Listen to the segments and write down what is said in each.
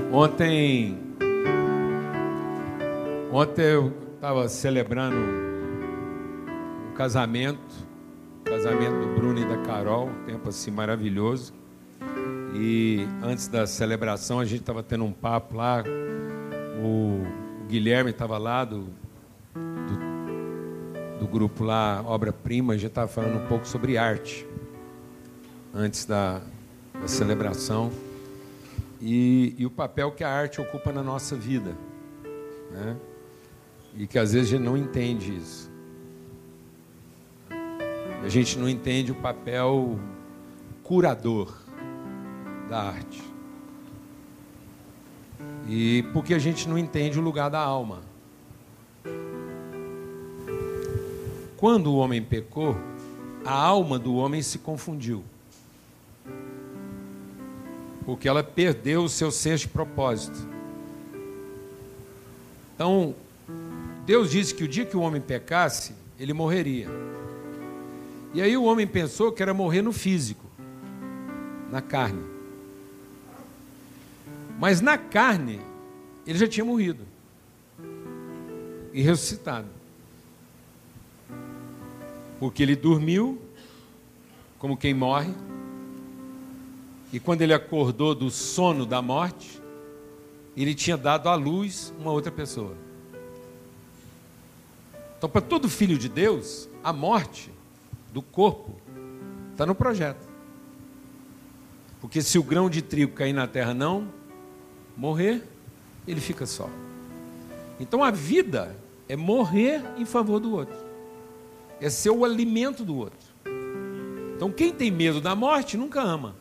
Ontem eu estava celebrando um casamento do Bruno e da Carol, um tempo assim maravilhoso. E antes da celebração a gente estava tendo um papo lá, o Guilherme estava lá do grupo lá, Obra Prima, a gente estava falando um pouco sobre arte, antes da celebração, e o papel que a arte ocupa na nossa vida, né? E que às vezes a gente não entende isso. A gente não entende o papel curador da arte. E porque a gente não entende o lugar da alma. Quando o homem pecou, a alma do homem se confundiu. Porque ela perdeu o seu senso de propósito. Então, Deus disse que o dia que o homem pecasse, ele morreria. E aí o homem pensou que era morrer no físico, na carne. Mas na carne, ele já tinha morrido e ressuscitado. Porque ele dormiu como quem morre. E quando ele acordou do sono da morte, ele tinha dado à luz uma outra pessoa. Então, para todo filho de Deus, a morte do corpo está no projeto. Porque se o grão de trigo cair na terra não morrer, ele fica só. Então a vida é morrer em favor do outro. É ser o alimento do outro. Então quem tem medo da morte nunca ama.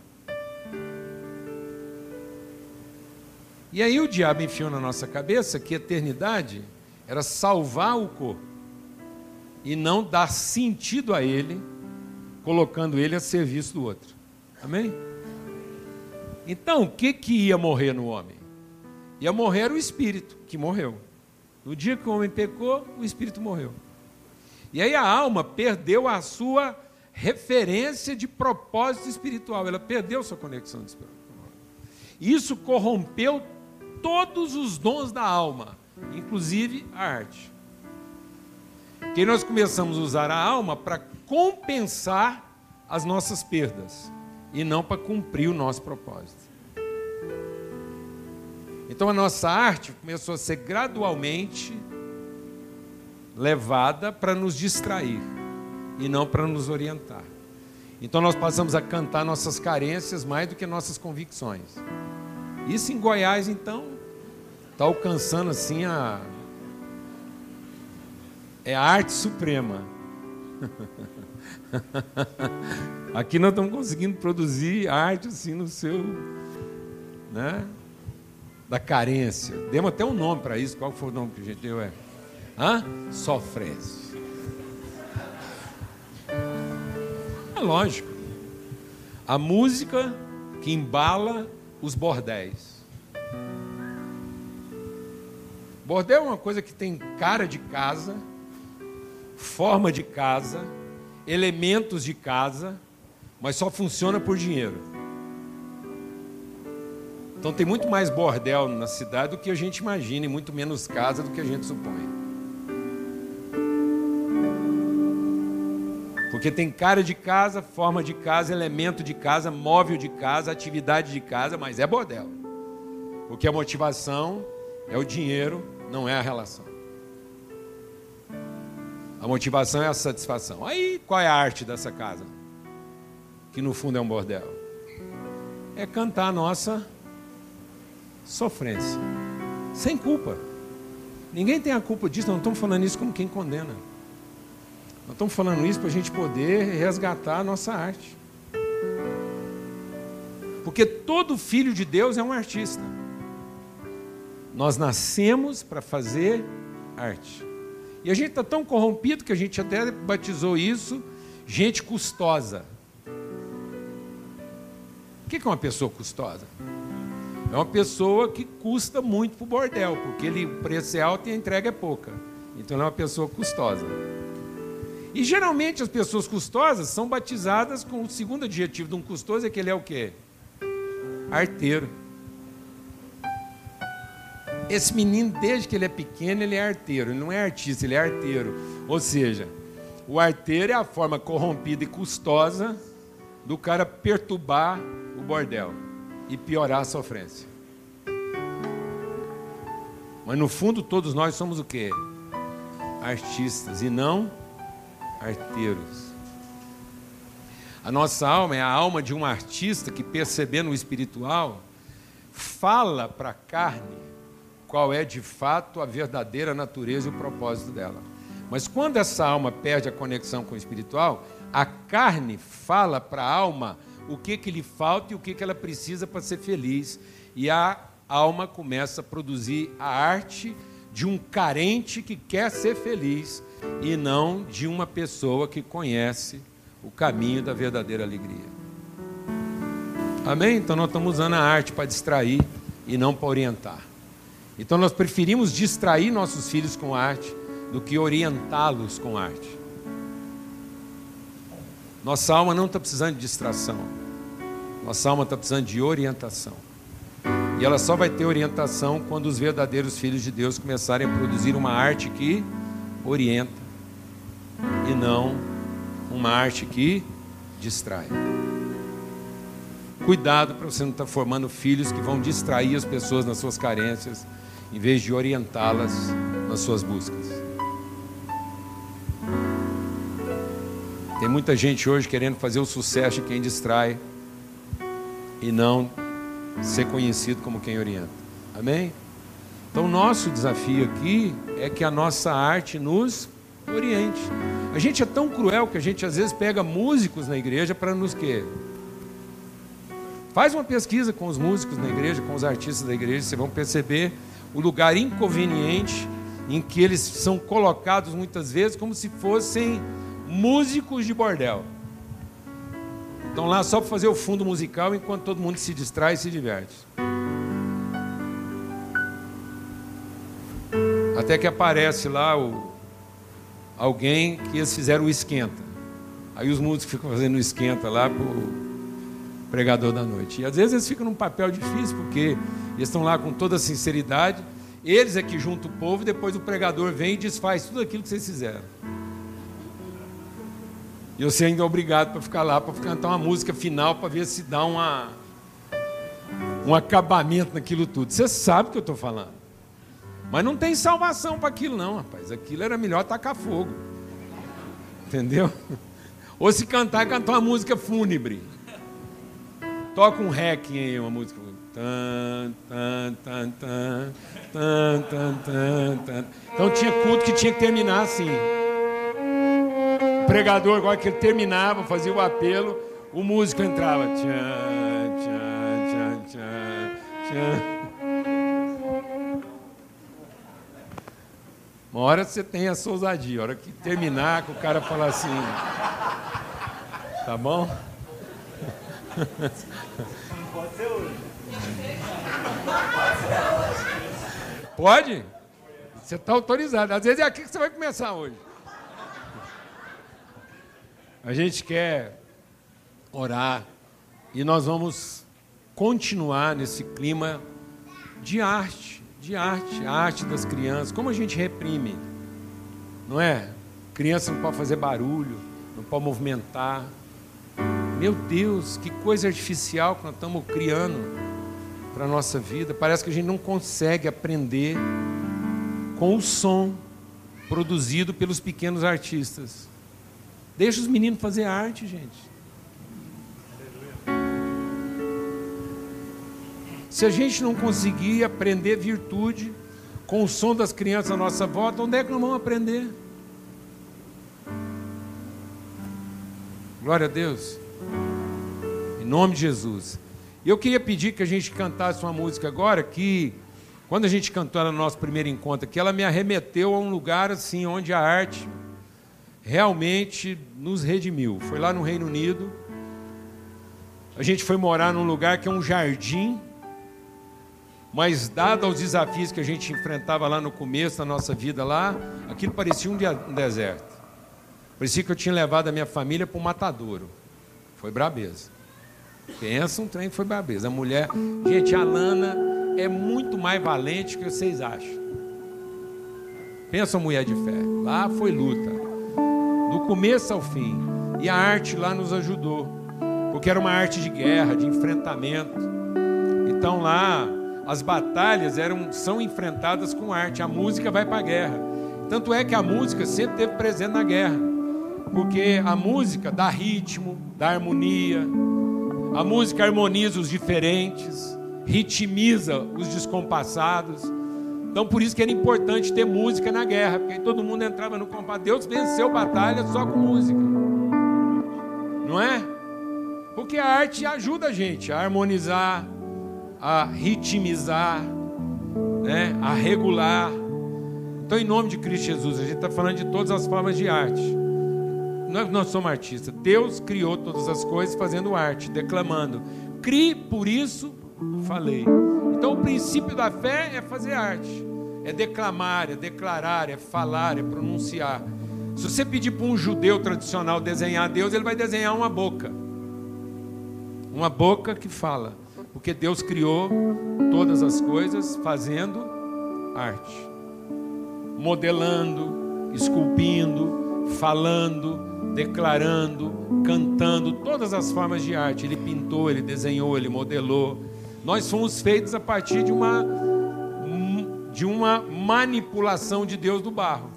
E aí o diabo enfiou na nossa cabeça que a eternidade era salvar o corpo e não dar sentido a ele, colocando ele a serviço do outro. Amém? Então, o que ia morrer no homem? Ia morrer o espírito, que morreu. No dia que o homem pecou, o espírito morreu. E aí a alma perdeu a sua referência de propósito espiritual. Ela perdeu sua conexão espiritual. Isso corrompeu todos os dons da alma, inclusive a arte. Que nós começamos a usar a alma para compensar as nossas perdas e não para cumprir o nosso propósito. Então a nossa arte começou a ser gradualmente levada para nos distrair e não para nos orientar. Então nós passamos a cantar nossas carências mais do que nossas convicções. Isso em Goiás, então, está alcançando assim a arte suprema. Aqui nós estamos conseguindo produzir arte assim no seu, né, da carência. Demos até um nome para isso. Qual foi o nome que a gente deu? Sofrência. É lógico. A música que embala os bordéis. Bordel é uma coisa que tem cara de casa, forma de casa, elementos de casa, mas só funciona por dinheiro. Então tem muito mais bordel na cidade do que a gente imagina, e muito menos casa do que a gente supõe. Porque tem cara de casa, forma de casa, elemento de casa, móvel de casa, atividade de casa, mas é bordel. Porque a motivação é o dinheiro, não é a relação. A motivação é a satisfação. Aí qual é a arte dessa casa? Que no fundo é um bordel. É cantar a nossa sofrência. Sem culpa. Ninguém tem a culpa disso, nós não estamos falando isso como quem condena. Nós estamos falando isso para a gente poder resgatar a nossa arte. Porque todo filho de Deus é um artista. Nós nascemos para fazer arte. E a gente está tão corrompido que a gente até batizou isso, gente custosa. O que é uma pessoa custosa? É uma pessoa que custa muito para o bordel, porque o preço é alto e a entrega é pouca. Então ela é uma pessoa custosa. E geralmente as pessoas custosas são batizadas com o segundo adjetivo de um custoso, é que ele é o quê? Arteiro. Esse menino, desde que ele é pequeno, ele é arteiro. Ele não é artista, ele é arteiro. Ou seja, o arteiro é a forma corrompida e custosa do cara perturbar o bordel e piorar a sofrência. Mas no fundo todos nós somos o quê? Artistas e não arteiros. A nossa alma é a alma de um artista que, percebendo o espiritual, fala para a carne qual é de fato a verdadeira natureza e o propósito dela. Mas quando essa alma perde a conexão com o espiritual, a carne fala para a alma o que lhe falta e o que ela precisa para ser feliz. E a alma começa a produzir a arte de um carente que quer ser feliz e não de uma pessoa que conhece o caminho da verdadeira alegria. Amém? Então nós estamos usando a arte para distrair e não para orientar. Então nós preferimos distrair nossos filhos com arte do que orientá-los com arte. Nossa alma não está precisando de distração. Nossa alma está precisando de orientação. E ela só vai ter orientação quando os verdadeiros filhos de Deus começarem a produzir uma arte que orienta e não uma arte que distrai. Cuidado para você não estar formando filhos que vão distrair as pessoas nas suas carências, em vez de orientá-las nas suas buscas. Tem muita gente hoje querendo fazer o sucesso de quem distrai e não ser conhecido como quem orienta. Amém? Então, nosso desafio aqui é que a nossa arte nos oriente. A gente é tão cruel que a gente às vezes pega músicos na igreja para nos quê? Faz uma pesquisa com os músicos na igreja, com os artistas da igreja, vocês vão perceber o lugar inconveniente em que eles são colocados muitas vezes como se fossem músicos de bordel. Estão lá só para fazer o fundo musical enquanto todo mundo se distrai e se diverte. Até que aparece lá alguém que eles fizeram o esquenta. Aí os músicos ficam fazendo o esquenta lá para o pregador da noite. E às vezes eles ficam num papel difícil, porque eles estão lá com toda a sinceridade, eles é que juntam o povo, e depois o pregador vem e desfaz tudo aquilo que vocês fizeram. E você ainda é obrigado para ficar lá, para cantar uma música final, para ver se dá um acabamento naquilo tudo. Você sabe o que eu estou falando. Mas não tem salvação para aquilo não, rapaz. Aquilo era melhor tacar fogo. Entendeu? Ou se cantar uma música fúnebre. Toca um requiem aí, uma música. Então tinha culto que tinha que terminar assim. O pregador, agora que ele terminava, fazia o apelo, o músico entrava. Uma hora você tem essa ousadia, a hora que terminar, que o cara fala assim, tá bom? Não pode ser hoje. Pode? Você está autorizado. Às vezes é aqui que você vai começar hoje. A gente quer orar e nós vamos continuar nesse clima de arte, a arte das crianças. Como a gente reprime, não é? Criança não pode fazer barulho, não pode movimentar. Meu Deus, que coisa artificial que nós estamos criando para a nossa vida. Parece que a gente não consegue aprender com o som produzido pelos pequenos artistas. Deixa os meninos fazer arte, gente. Se a gente não conseguir aprender virtude com o som das crianças à nossa volta, onde é que nós vamos aprender? Glória a Deus. Em nome de Jesus. E eu queria pedir que a gente cantasse uma música agora que, quando a gente cantou no nosso primeiro encontro aqui, ela me arremeteu a um lugar assim, onde a arte realmente nos redimiu. Foi lá no Reino Unido. A gente foi morar num lugar que é um jardim, mas dado aos desafios que a gente enfrentava lá no começo da nossa vida lá, aquilo parecia um deserto. Parecia que eu tinha levado a minha família para o matadouro. Foi brabeza. Pensa um trem que foi brabeza. A mulher... Gente, a Lana é muito mais valente do que vocês acham. Pensa uma mulher de fé. Lá foi luta, do começo ao fim. E a arte lá nos ajudou, porque era uma arte de guerra, de enfrentamento. Então lá as batalhas são enfrentadas com arte. A música vai para a guerra. Tanto é que a música sempre esteve presente na guerra, porque a música dá ritmo, dá harmonia. A música harmoniza os diferentes, ritmiza os descompassados. Então por isso que era importante ter música na guerra, porque aí todo mundo entrava no combate. Deus venceu batalha só com música, não é? Porque a arte ajuda a gente a harmonizar, a ritmizar, né? A regular. Então, em nome de Cristo Jesus, a gente está falando de todas as formas de arte. Nós somos artistas. Deus criou todas as coisas fazendo arte, declamando. Crie, por isso falei. Então, o princípio da fé é fazer arte. É declamar, é declarar, é falar, é pronunciar. Se você pedir para um judeu tradicional desenhar Deus, ele vai desenhar uma boca. Uma boca que fala. Porque Deus criou todas as coisas fazendo arte. Modelando, esculpindo, falando, declarando, cantando, todas as formas de arte. Ele pintou, ele desenhou, ele modelou. Nós fomos feitos a partir de uma manipulação de Deus do barro.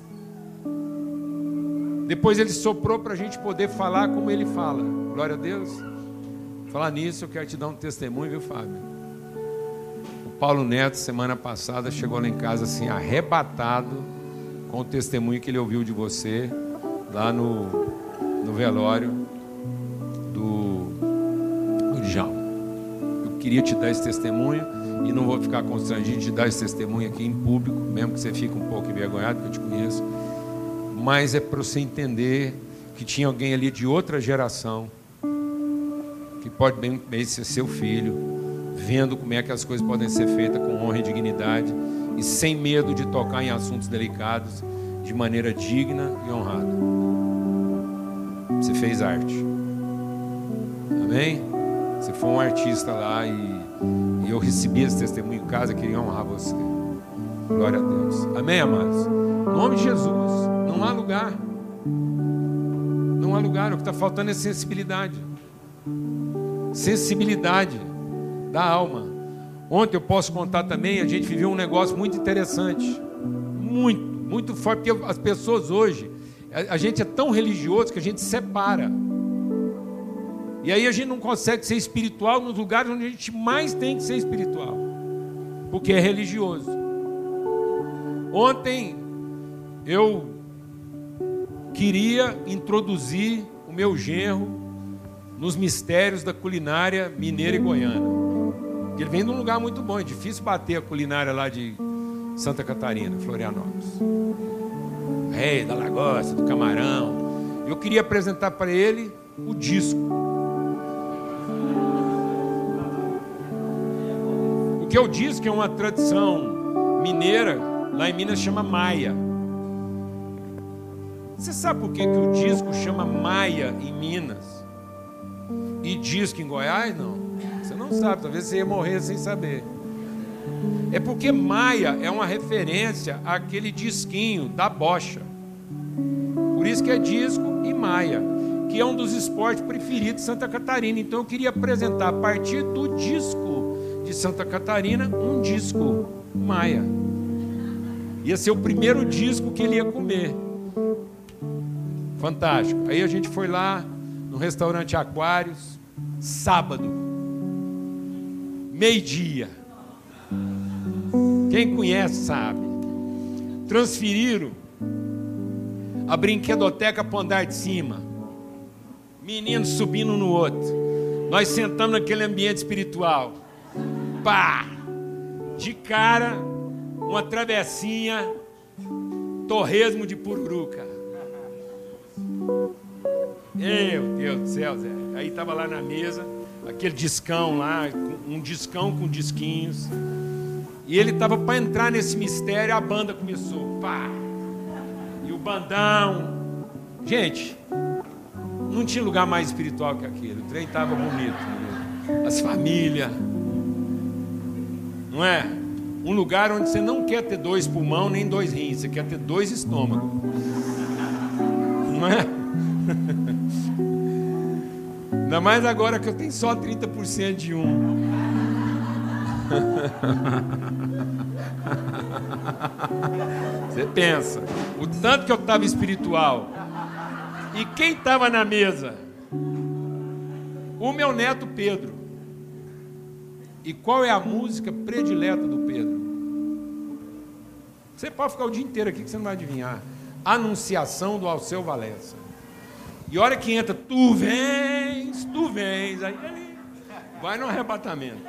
Depois ele soprou para a gente poder falar como ele fala. Glória a Deus. Falar nisso, eu quero te dar um testemunho, viu, Fábio? O Paulo Neto, semana passada, chegou lá em casa assim, arrebatado com o testemunho que ele ouviu de você lá no velório do Djalma. Eu queria te dar esse testemunho e não vou ficar constrangido de dar esse testemunho aqui em público, mesmo que você fique um pouco envergonhado, porque eu te conheço, mas é para você entender que tinha alguém ali de outra geração, que pode bem ser seu filho, vendo como é que as coisas podem ser feitas com honra e dignidade e sem medo de tocar em assuntos delicados de maneira digna e honrada. Você fez arte. Amém? Você foi um artista lá e eu recebi esse testemunho em casa, queria honrar você. Glória a Deus. Amém, amados? Em nome de Jesus, não há lugar. Não há lugar. O que está faltando é sensibilidade. Sensibilidade da alma. Ontem eu posso contar também, a gente viveu um negócio muito interessante. Muito forte, porque as pessoas hoje, a gente é tão religioso que a gente separa. E aí a gente não consegue ser espiritual nos lugares onde a gente mais tem que ser espiritual, porque é religioso. Ontem eu queria introduzir o meu genro nos mistérios da culinária mineira e goiana. Ele vem de um lugar muito bom, é difícil bater a culinária lá de Santa Catarina, Florianópolis. Rei da lagosta, do camarão. Eu queria apresentar para ele o disco. Porque o disco é uma tradição mineira, lá em Minas chama maia. Você sabe por que o disco chama maia em Minas e disco em Goiás? Não. Você não sabe, talvez você ia morrer sem saber. É porque maia é uma referência àquele disquinho da bocha. Por isso que é disco e maia, que é um dos esportes preferidos de Santa Catarina. Então eu queria apresentar a partir do disco de Santa Catarina um disco maia. Ia ser o primeiro disco que ele ia comer. Fantástico. Aí a gente foi lá no restaurante Aquários, sábado, meio-dia. Quem conhece sabe. Transferiram a brinquedoteca para o andar de cima. Meninos subindo no outro. Nós sentamos naquele ambiente espiritual. Pá! De cara, uma travessinha, torresmo de pururuca. Meu Deus do céu, Zé. Aí estava lá na mesa, aquele discão lá, um discão com disquinhos. E ele estava para entrar nesse mistério, a banda começou. Pá! E o bandão. Gente, não tinha lugar mais espiritual que aquele. O trem estava bonito. As famílias. Não é? Um lugar onde você não quer ter 2 pulmões nem 2 rins, você quer ter 2 estômagos. Não é? Ainda mais agora que eu tenho só 30% de um. Você pensa, o tanto que eu estava espiritual. E quem estava na mesa? O meu neto Pedro. E qual é a música predileta do Pedro? Você pode ficar o dia inteiro aqui que você não vai adivinhar. Anunciação do Alceu Valença. E a hora que entra, tu vens, aí ele vai no arrebatamento.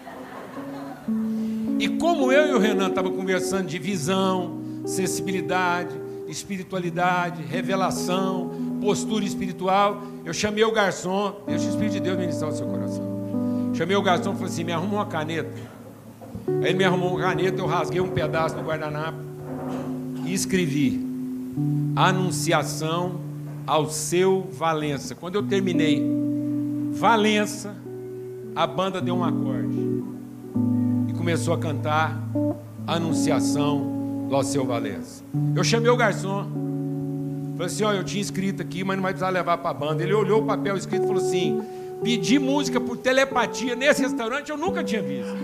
E como eu e o Renan estavam conversando de visão, sensibilidade, espiritualidade, revelação, postura espiritual, eu chamei o garçom, deixa o Espírito de Deus ministrar o seu coração. Chamei o garçom e falei assim, me arruma uma caneta. Aí ele me arrumou uma caneta, eu rasguei um pedaço do guardanapo e escrevi Anunciação Alceu Valença. Quando eu terminei Valença, a banda deu um acorde e começou a cantar Anunciação do Alceu Valença. Eu chamei o garçom, falei assim, ó, eu tinha escrito aqui, mas não vai precisar levar para a banda. Ele olhou o papel escrito e falou assim, pedir música por telepatia nesse restaurante eu nunca tinha visto.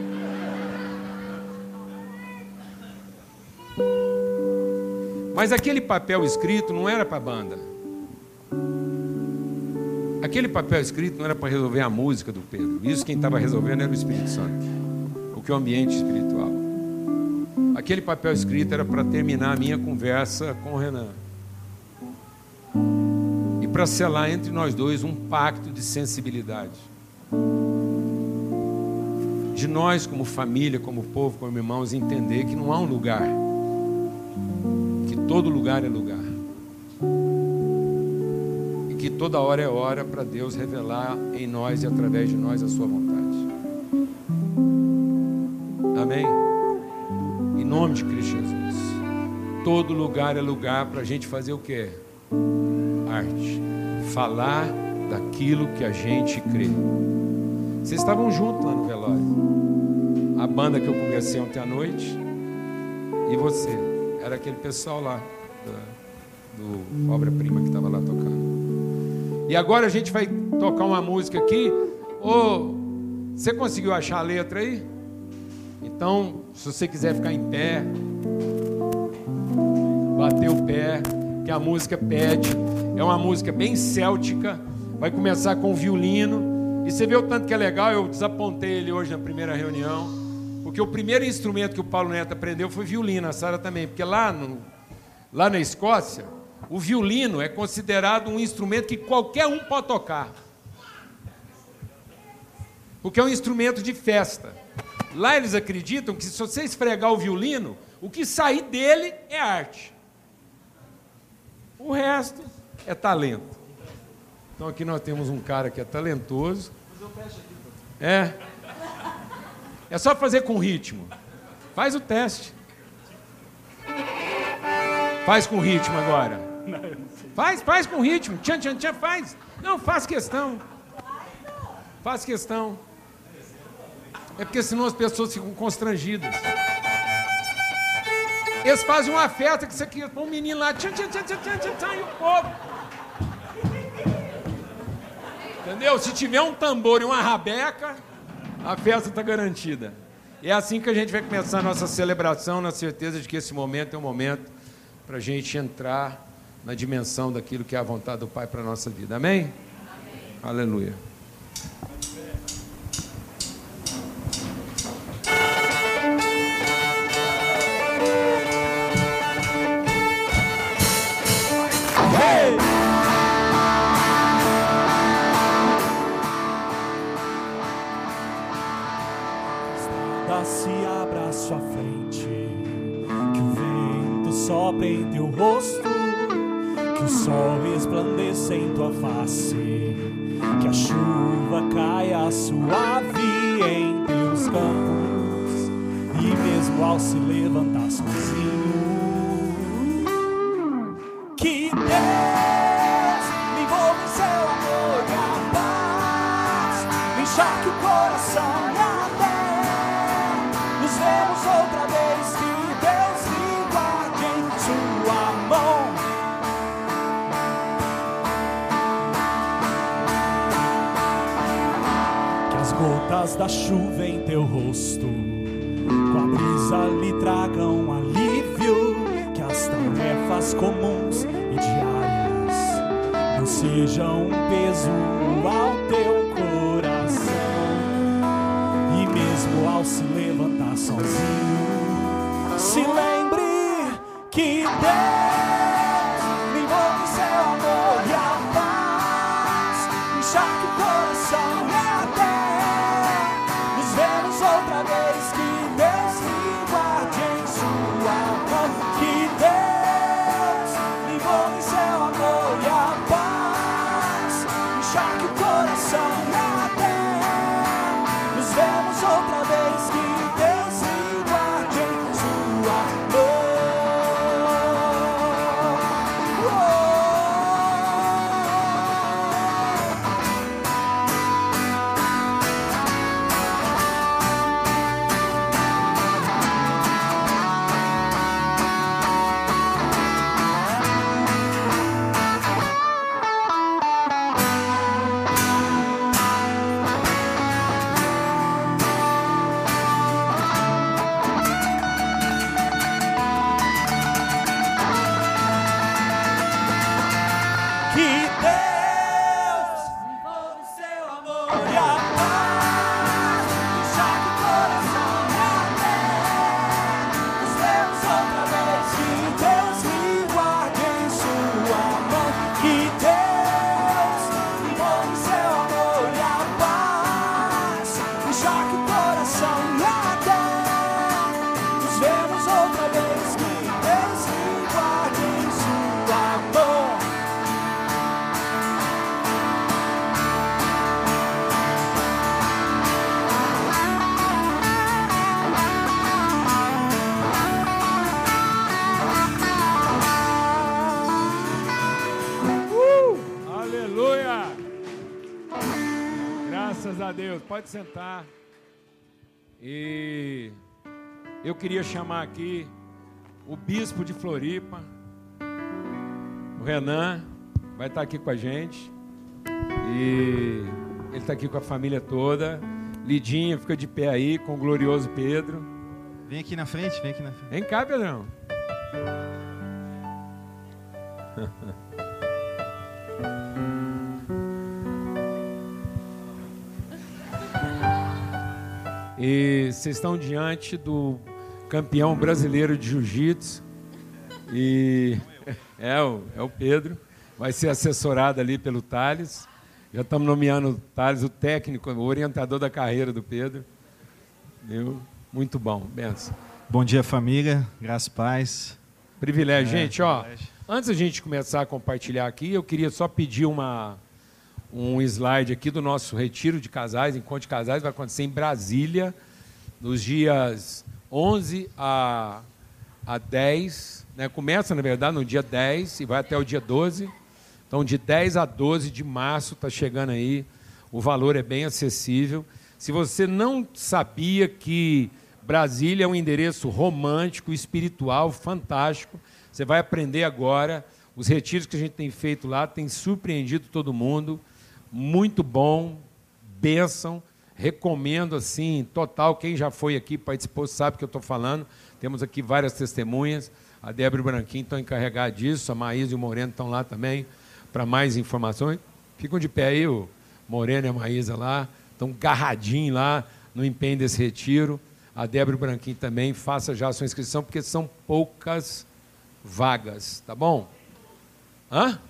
Mas aquele papel escrito não era para a banda. Aquele papel escrito não era para resolver a música do Pedro. Isso quem estava resolvendo era o Espírito Santo, o que é o ambiente espiritual. Aquele papel escrito era para terminar a minha conversa com o Renan. E para selar entre nós dois um pacto de sensibilidade. De nós, como família, como povo, como irmãos, entender que não há um lugar, que todo lugar é lugar. E que toda hora é hora para Deus revelar em nós e através de nós a sua vontade. Amém? Em nome de Cristo Jesus. Todo lugar é lugar para a gente fazer o quê? Arte. Falar daquilo que a gente crê. Vocês estavam juntos lá no velório. A banda que eu conversei ontem à noite e você. Era aquele pessoal lá do Obra-Prima que estava lá tocando. E agora a gente vai tocar uma música aqui. Você conseguiu achar a letra aí? Então, se você quiser ficar em pé, bater o pé, que a música pede. É uma música bem céltica. Vai começar com violino. E você vê o tanto que é legal. Eu desapontei ele hoje na primeira reunião, porque o primeiro instrumento que o Paulo Neto aprendeu foi violino, a Sara também. Porque lá na Escócia, o violino é considerado um instrumento que qualquer um pode tocar. Porque é um instrumento de festa. Lá eles acreditam que se você esfregar o violino, o que sair dele é arte. O resto é talento. Então aqui nós temos um cara que é talentoso. É só fazer com ritmo. Faz o teste. Faz com ritmo agora. Faz com ritmo. Tchan, tchan, tchan, faz. Não, faz questão. Faz questão. É porque senão as pessoas ficam constrangidas. Eles fazem uma festa que você quer um menino lá, tchan, tchan, tchan, tchan, tchan, tchan, e o povo. Entendeu? Se tiver um tambor e uma rabeca, a festa está garantida. E é assim que a gente vai começar a nossa celebração, na certeza de que esse momento é um momento para a gente entrar na dimensão daquilo que é a vontade do Pai para a nossa vida. Amém? Amém. Aleluia. Se abra à sua frente, que o vento sopre em teu rosto, que o sol resplandeça em tua face, que a chuva caia suave em teus campos, e mesmo ao se levantar sozinho, que Deus me envolva em seu amor e a paz, me enxergue o coração. gotas da chuva em teu rosto, com a brisa lhe tragam alívio, que as tarefas comuns e diárias não sejam um peso ao teu coração. E mesmo ao se levantar sozinho, se lembre que Deus me envolve em seu amor e a paz, encharque o coração e até nos vemos outra vez. Que Deus me guarde em sua mão, que Deus me envolve em seu amor e a paz, encharque o coração e até nos vemos outra vez. Que Deus me guarde em sua mão. Que Deus me envolve em seu amor e a paz, encharque o coração e até nos vemos outra vez. Que Deus me guarde em sua mão, que Deus me envolve em seu amor e a paz, encharque o coração e até nos vemos outra vez. Que Deus me guarde em sua mão. Aleluia! Graças a Deus. Pode sentar. E eu queria chamar aqui o bispo de Floripa, o Renan, vai estar aqui com a gente. E ele está aqui com a família toda. Lidinha, fica de pé aí com o glorioso Pedro. Vem aqui na frente, vem aqui na frente. Vem cá, Pedrão. E vocês estão diante do campeão brasileiro de jiu-jitsu. E é o Pedro. Vai ser assessorado ali pelo Thales. Já estamos nomeando o Thales, o técnico, o orientador da carreira do Pedro. Muito bom, benção. Bom dia, família. Graças e paz. Privilégio. Gente, antes da gente começar a compartilhar aqui, eu queria só pedir um slide aqui do nosso retiro de casais, encontro de casais, vai acontecer em Brasília, nos dias 11 a 10, né? Começa, na verdade, no dia 10 e vai até o dia 12. Então, de 10 a 12 de março está chegando aí, o valor é bem acessível. Se você não sabia que Brasília é um endereço romântico, espiritual, fantástico, você vai aprender agora. Os retiros que a gente tem feito lá têm surpreendido todo mundo. Muito bom, bênção, recomendo assim, total. Quem já foi aqui, participou, sabe o que eu estou falando. Temos aqui várias testemunhas. A Débora e o Branquinho estão encarregados disso, a Maísa e o Moreno estão lá também para mais informações. Ficam de pé aí, o Moreno e a Maísa lá, estão garradinhos lá no empenho desse retiro. A Débora e o Branquinho também, faça já a sua inscrição, porque são poucas vagas, tá bom? Hã?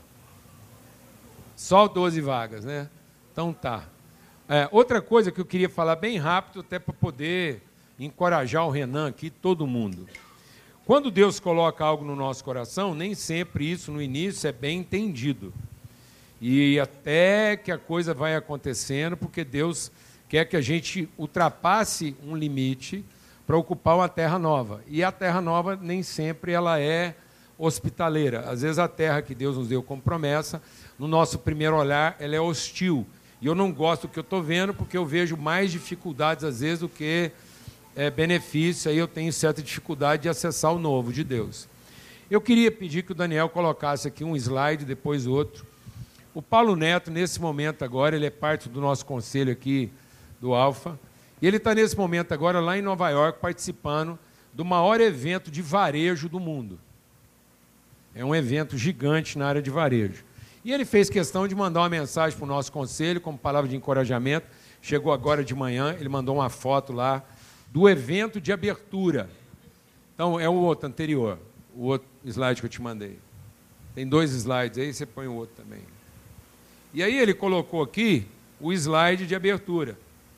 Só 12 vagas, né? Então tá. Outra coisa que eu queria falar bem rápido, até para poder encorajar o Renan aqui, todo mundo. Quando Deus coloca algo no nosso coração, nem sempre isso no início é bem entendido. E até que a coisa vai acontecendo, porque Deus quer que a gente ultrapasse um limite para ocupar uma terra nova. E a terra nova nem sempre ela é hospitaleira. Às vezes a terra que Deus nos deu como promessa, no nosso primeiro olhar, ela é hostil. E eu não gosto do que eu estou vendo, porque eu vejo mais dificuldades, às vezes, do que benefício. Aí eu tenho certa dificuldade de acessar o novo de Deus. Eu queria pedir que o Daniel colocasse aqui um slide, depois outro. O Paulo Neto, nesse momento agora, ele é parte do nosso conselho aqui do Alfa. E ele está nesse momento agora lá em Nova York participando do maior evento de varejo do mundo. É um evento gigante na área de varejo. E ele fez questão de mandar uma mensagem para o nosso conselho, como palavra de encorajamento. Chegou agora de manhã, ele mandou uma foto lá do evento de abertura. Então, é o outro anterior, o outro slide que eu te mandei. Tem 2 slides aí, você põe o outro também. E aí ele colocou aqui o slide de abertura.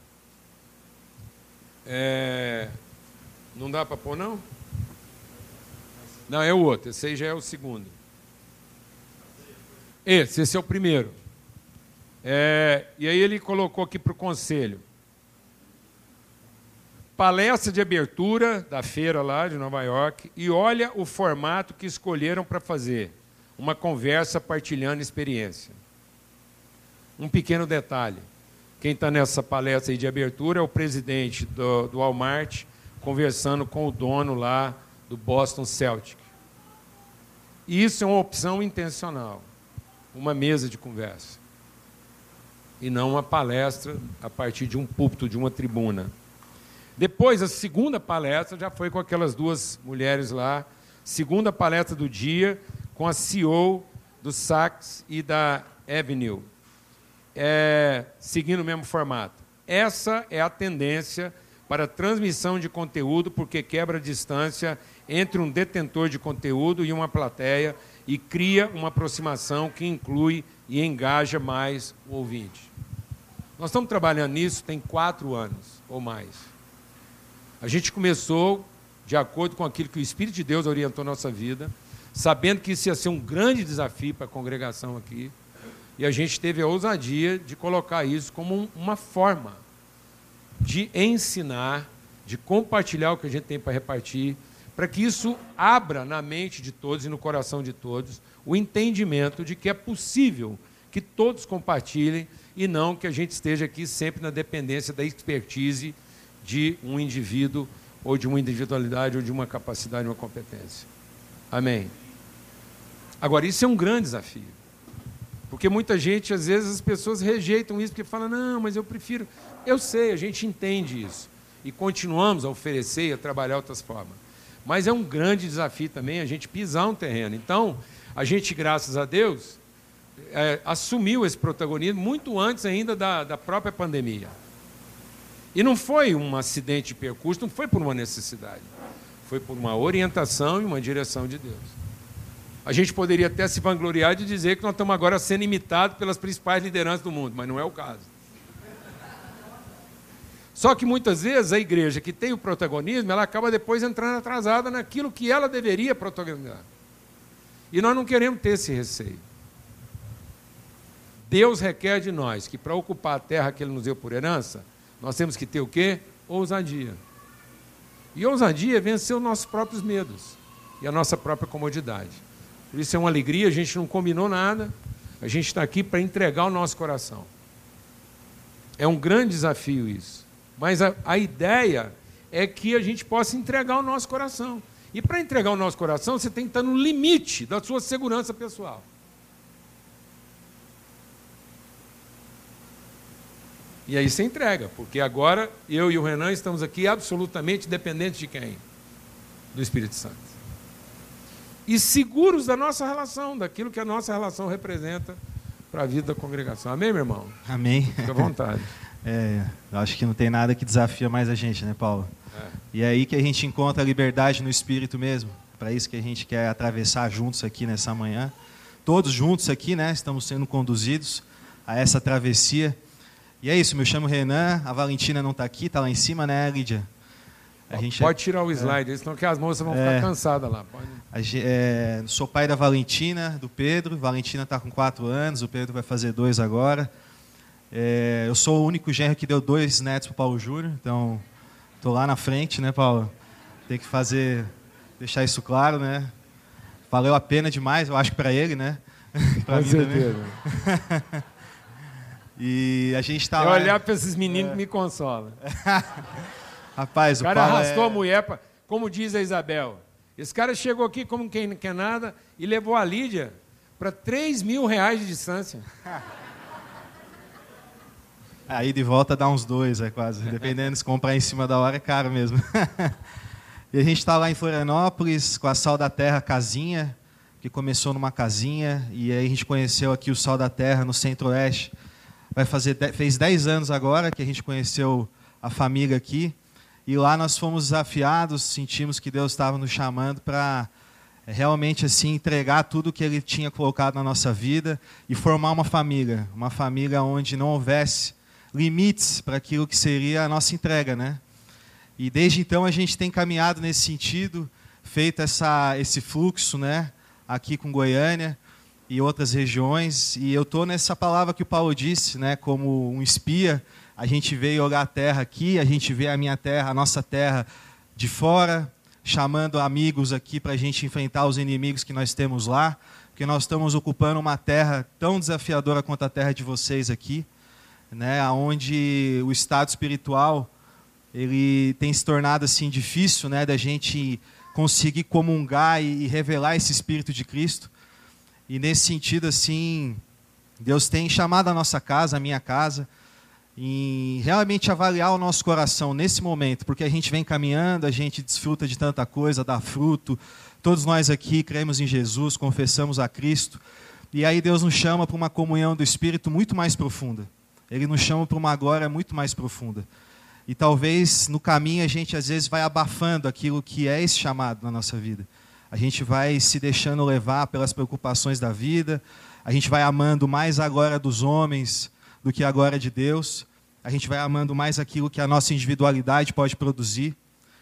Não dá para pôr, não? Não, é o outro. Esse aí já é o segundo. Esse é o primeiro. E aí ele colocou aqui para o conselho. Palestra de abertura da feira lá de Nova York. E olha o formato que escolheram para fazer. Uma conversa partilhando experiência. Um pequeno detalhe. Quem está nessa palestra aí de abertura é o presidente do Walmart, conversando com o dono lá do Boston Celtic. E isso é uma opção intencional, uma mesa de conversa, e não uma palestra a partir de um púlpito, de uma tribuna. Depois, a segunda palestra já foi com aquelas 2 mulheres lá, segunda palestra do dia, com a CEO do Saks e da Avenue, seguindo o mesmo formato. Essa é a tendência para a transmissão de conteúdo, porque quebra a distância entre um detentor de conteúdo e uma plateia e cria uma aproximação que inclui e engaja mais o ouvinte. Nós estamos trabalhando nisso tem 4 anos ou mais. A gente começou de acordo com aquilo que o Espírito de Deus orientou nossa vida, sabendo que isso ia ser um grande desafio para a congregação aqui, e a gente teve a ousadia de colocar isso como uma forma de ensinar, de compartilhar o que a gente tem para repartir, para que isso abra na mente de todos e no coração de todos o entendimento de que é possível que todos compartilhem e não que a gente esteja aqui sempre na dependência da expertise de um indivíduo ou de uma individualidade ou de uma capacidade, uma competência. Amém? Agora, isso é um grande desafio, porque muita gente, às vezes, as pessoas rejeitam isso porque falam, não, mas eu prefiro... Eu sei, a gente entende isso e continuamos a oferecer e a trabalhar outras formas. Mas é um grande desafio também a gente pisar um terreno. Então, a gente, graças a Deus, assumiu esse protagonismo muito antes ainda da própria pandemia. E não foi um acidente de percurso, não foi por uma necessidade. Foi por uma orientação e uma direção de Deus. A gente poderia até se vangloriar de dizer que nós estamos agora sendo imitados pelas principais lideranças do mundo, mas não é o caso. Só que muitas vezes a igreja que tem o protagonismo, ela acaba depois entrando atrasada naquilo que ela deveria protagonizar. E nós não queremos ter esse receio. Deus requer de nós que para ocupar a terra que Ele nos deu por herança, nós temos que ter o quê? Ousadia. E ousadia é vencer os nossos próprios medos e a nossa própria comodidade. Por isso é uma alegria, a gente não combinou nada, a gente está aqui para entregar o nosso coração. É um grande desafio isso. Mas a ideia é que a gente possa entregar o nosso coração. E para entregar o nosso coração, você tem que estar no limite da sua segurança pessoal. E aí você entrega, porque agora eu e o Renan estamos aqui absolutamente dependentes de quem? Do Espírito Santo. E seguros da nossa relação, daquilo que a nossa relação representa para a vida da congregação. Amém, meu irmão? Amém. Fica à vontade. Eu acho que não tem nada que desafia mais a gente, né, Paulo? E é aí que a gente encontra a liberdade no Espírito mesmo. Para isso que a gente quer atravessar juntos aqui nessa manhã. Todos juntos aqui, né? Estamos sendo conduzidos a essa travessia. E é isso, me chamo Renan, a Valentina não está aqui, está lá em cima, né, Lídia? Pode tirar o slide, senão que as moças vão ficar cansadas lá. Sou pai da Valentina, do Pedro. Valentina está com 4 anos, o Pedro vai fazer 2 agora. Eu sou o único genro que deu 2 netos para o Paulo Júnior, então estou lá na frente, né, Paulo? Tem que deixar isso claro, né? Valeu a pena demais, eu acho que para ele, né? Com certeza. E a gente está lá... olhar para esses meninos que me consola. Rapaz, o cara arrastou a mulher, como diz a Isabel. Esse cara chegou aqui como quem não quer nada e levou a Lídia para R$3.000 de distância. Aí de volta dá uns 2, quase. Dependendo se comprar em cima da hora, é caro mesmo. E a gente está lá em Florianópolis com a Sal da Terra casinha, que começou numa casinha, e aí a gente conheceu aqui o Sal da Terra no Centro-Oeste. Fez 10 anos agora que a gente conheceu a família aqui, e lá nós fomos desafiados, sentimos que Deus estava nos chamando para realmente assim entregar tudo que Ele tinha colocado na nossa vida e formar uma família onde não houvesse limites para aquilo que seria a nossa entrega, né? E desde então a gente tem caminhado nesse sentido, feito esse fluxo, né, aqui com Goiânia e outras regiões. E eu estou nessa palavra que o Paulo disse, né, como um espia. A gente veio olhar a terra aqui, a gente vê a nossa terra de fora, chamando amigos aqui para a gente enfrentar os inimigos que nós temos lá, porque nós estamos ocupando uma terra tão desafiadora quanto a terra de vocês aqui, né, onde o estado espiritual ele tem se tornado assim difícil, né, da gente conseguir comungar e revelar esse Espírito de Cristo. E nesse sentido assim, Deus tem chamado a nossa casa, a minha casa, em realmente avaliar o nosso coração nesse momento, porque a gente vem caminhando, a gente desfruta de tanta coisa, dá fruto, todos nós aqui cremos em Jesus, confessamos a Cristo, e aí Deus nos chama para uma comunhão do Espírito muito mais profunda. Ele nos chama para uma glória muito mais profunda. E talvez no caminho a gente às vezes vai abafando aquilo que é esse chamado na nossa vida. A gente vai se deixando levar pelas preocupações da vida, a gente vai amando mais a glória dos homens do que a glória de Deus, a gente vai amando mais aquilo que a nossa individualidade pode produzir.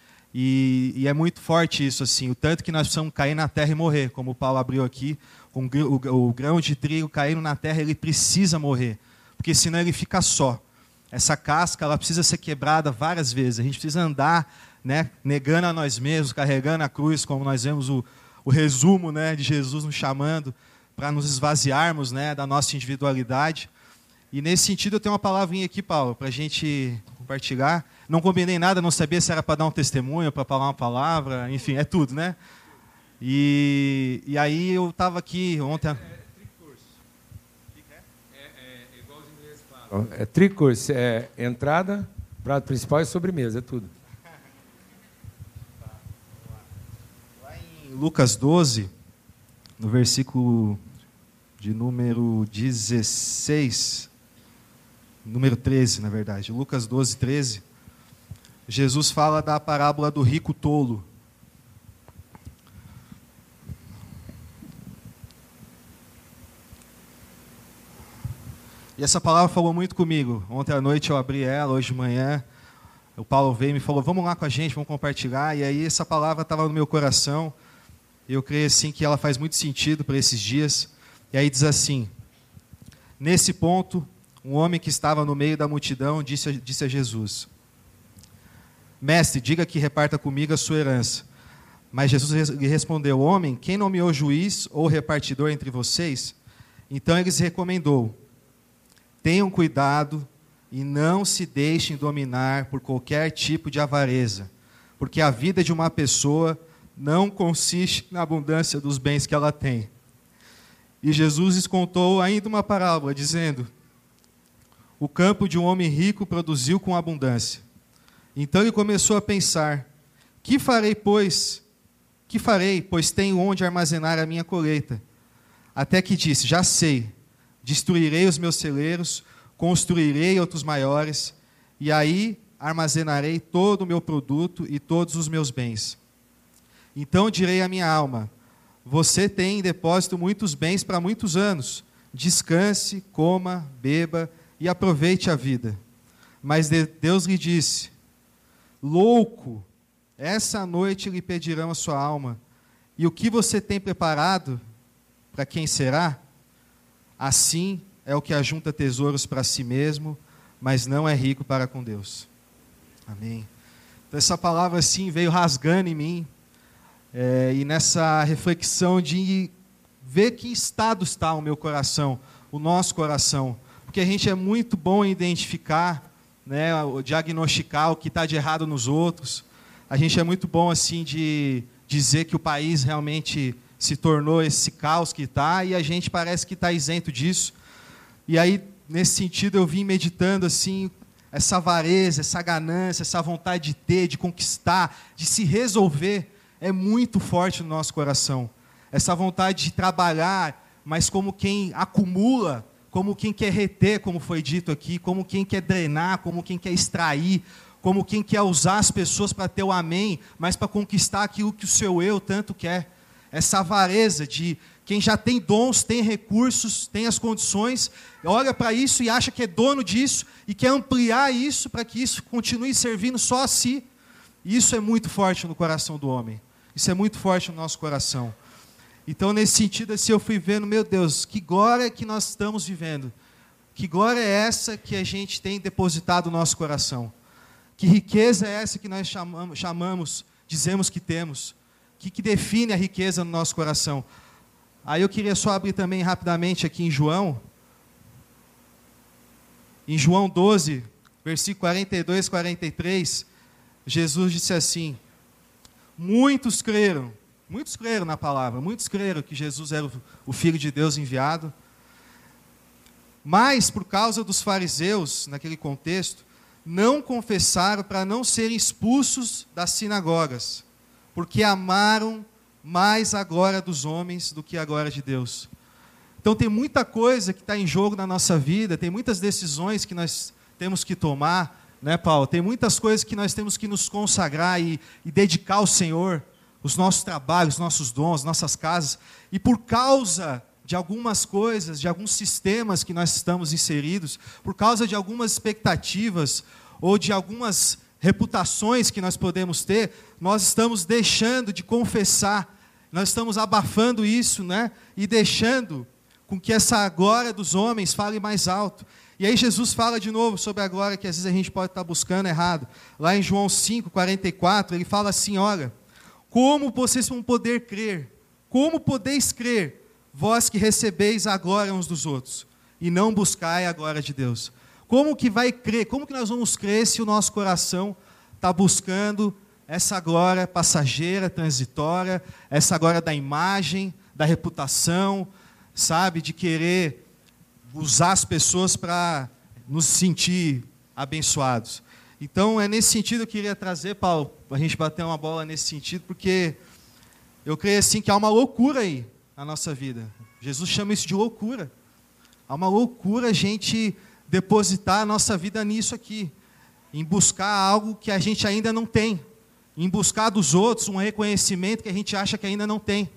E é muito forte isso, assim, o tanto que nós precisamos cair na terra e morrer, como o Paulo abriu aqui, o grão de trigo caindo na terra, ele precisa morrer, porque senão ele fica só. Essa casca ela precisa ser quebrada várias vezes. A gente precisa andar, né, negando a nós mesmos, carregando a cruz, como nós vemos o resumo, né, de Jesus nos chamando para nos esvaziarmos, né, da nossa individualidade. E nesse sentido eu tenho uma palavrinha aqui, Paulo, para a gente compartilhar. Não combinei nada, não sabia se era para dar um testemunho, para falar uma palavra, enfim, é tudo, né? E aí eu estava aqui ontem... É tricurso, é entrada, prato principal e sobremesa, é tudo. Lá em Lucas 12, no versículo de número 16, número 13, na verdade, Lucas 12, 13, Jesus fala da parábola do rico tolo. E essa palavra falou muito comigo. Ontem à noite eu abri ela, hoje de manhã o Paulo veio e me falou, vamos lá com a gente, vamos compartilhar. E aí essa palavra estava no meu coração. Eu creio assim que ela faz muito sentido para esses dias. E aí diz assim, nesse ponto, um homem que estava no meio da multidão disse a Jesus, mestre, diga que reparta comigo a sua herança. Mas Jesus lhe respondeu, homem, quem nomeou juiz ou repartidor entre vocês? Então ele lhes recomendou, tenham cuidado e não se deixem dominar por qualquer tipo de avareza, porque a vida de uma pessoa não consiste na abundância dos bens que ela tem. E Jesus lhes contou ainda uma parábola, dizendo, o campo de um homem rico produziu com abundância. Então ele começou a pensar, que farei, pois tenho onde armazenar a minha colheita. Até que disse, já sei, destruirei os meus celeiros, construirei outros maiores, e aí armazenarei todo o meu produto e todos os meus bens. Então direi à minha alma, você tem em depósito muitos bens para muitos anos, descanse, coma, beba e aproveite a vida. Mas Deus lhe disse, louco, essa noite lhe pedirão a sua alma, e o que você tem preparado, para quem será? Assim é o que ajunta tesouros para si mesmo, mas não é rico para com Deus. Amém. Então essa palavra assim veio rasgando em mim, e nessa reflexão de ver que estado está o meu coração, o nosso coração, porque a gente é muito bom em identificar, né, diagnosticar o que está de errado nos outros, a gente é muito bom assim de dizer que o país realmente se tornou esse caos que está, e a gente parece que está isento disso. E aí nesse sentido, eu vim meditando assim, essa avareza, essa ganância, essa vontade de ter, de conquistar, de se resolver, é muito forte no nosso coração. Essa vontade de trabalhar, mas como quem acumula, como quem quer reter, como foi dito aqui, como quem quer drenar, como quem quer extrair, como quem quer usar as pessoas para ter o amém, mas para conquistar aquilo que o seu eu tanto quer. Essa avareza de quem já tem dons, tem recursos, tem as condições, olha para isso e acha que é dono disso e quer ampliar isso para que isso continue servindo só a si. Isso é muito forte no coração do homem. Isso é muito forte no nosso coração. Então, nesse sentido, assim, eu fui vendo, meu Deus, que glória que nós estamos vivendo. Que glória é essa que a gente tem depositado no nosso coração. Que riqueza é essa que nós chamamos, dizemos que temos. Que define a riqueza no nosso coração. Aí eu queria só abrir também rapidamente aqui em João. Em João 12, versículo 42 e 43, Jesus disse assim: muitos creram na palavra, muitos creram que Jesus era o Filho de Deus enviado, mas por causa dos fariseus, naquele contexto, não confessaram para não serem expulsos das sinagogas, porque amaram mais a glória dos homens do que a glória de Deus. Então tem muita coisa que está em jogo na nossa vida, tem muitas decisões que nós temos que tomar, né, Paulo? Tem muitas coisas que nós temos que nos consagrar e dedicar ao Senhor, os nossos trabalhos, os nossos dons, nossas casas, e por causa de algumas coisas, de alguns sistemas que nós estamos inseridos, por causa de algumas expectativas ou de algumas reputações que nós podemos ter, nós estamos deixando de confessar, nós estamos abafando isso, né? E deixando com que essa glória dos homens fale mais alto. E aí Jesus fala de novo sobre a glória que às vezes a gente pode estar buscando errado. Lá em João 5, 44, ele fala assim, olha, como vocês vão poder crer, como podeis crer, vós que recebeis a glória uns dos outros, e não buscai a glória de Deus? Como que vai crer? Como que nós vamos crer se o nosso coração está buscando essa glória passageira, transitória, essa glória da imagem, da reputação, sabe, de querer usar as pessoas para nos sentir abençoados? Então, é nesse sentido que eu queria trazer, Paulo, para a gente bater uma bola nesse sentido, porque eu creio assim que há uma loucura aí na nossa vida. Jesus chama isso de loucura. Há uma loucura a gente depositar a nossa vida nisso aqui, em buscar algo que a gente ainda não tem, em buscar dos outros um reconhecimento que a gente acha que ainda não tem.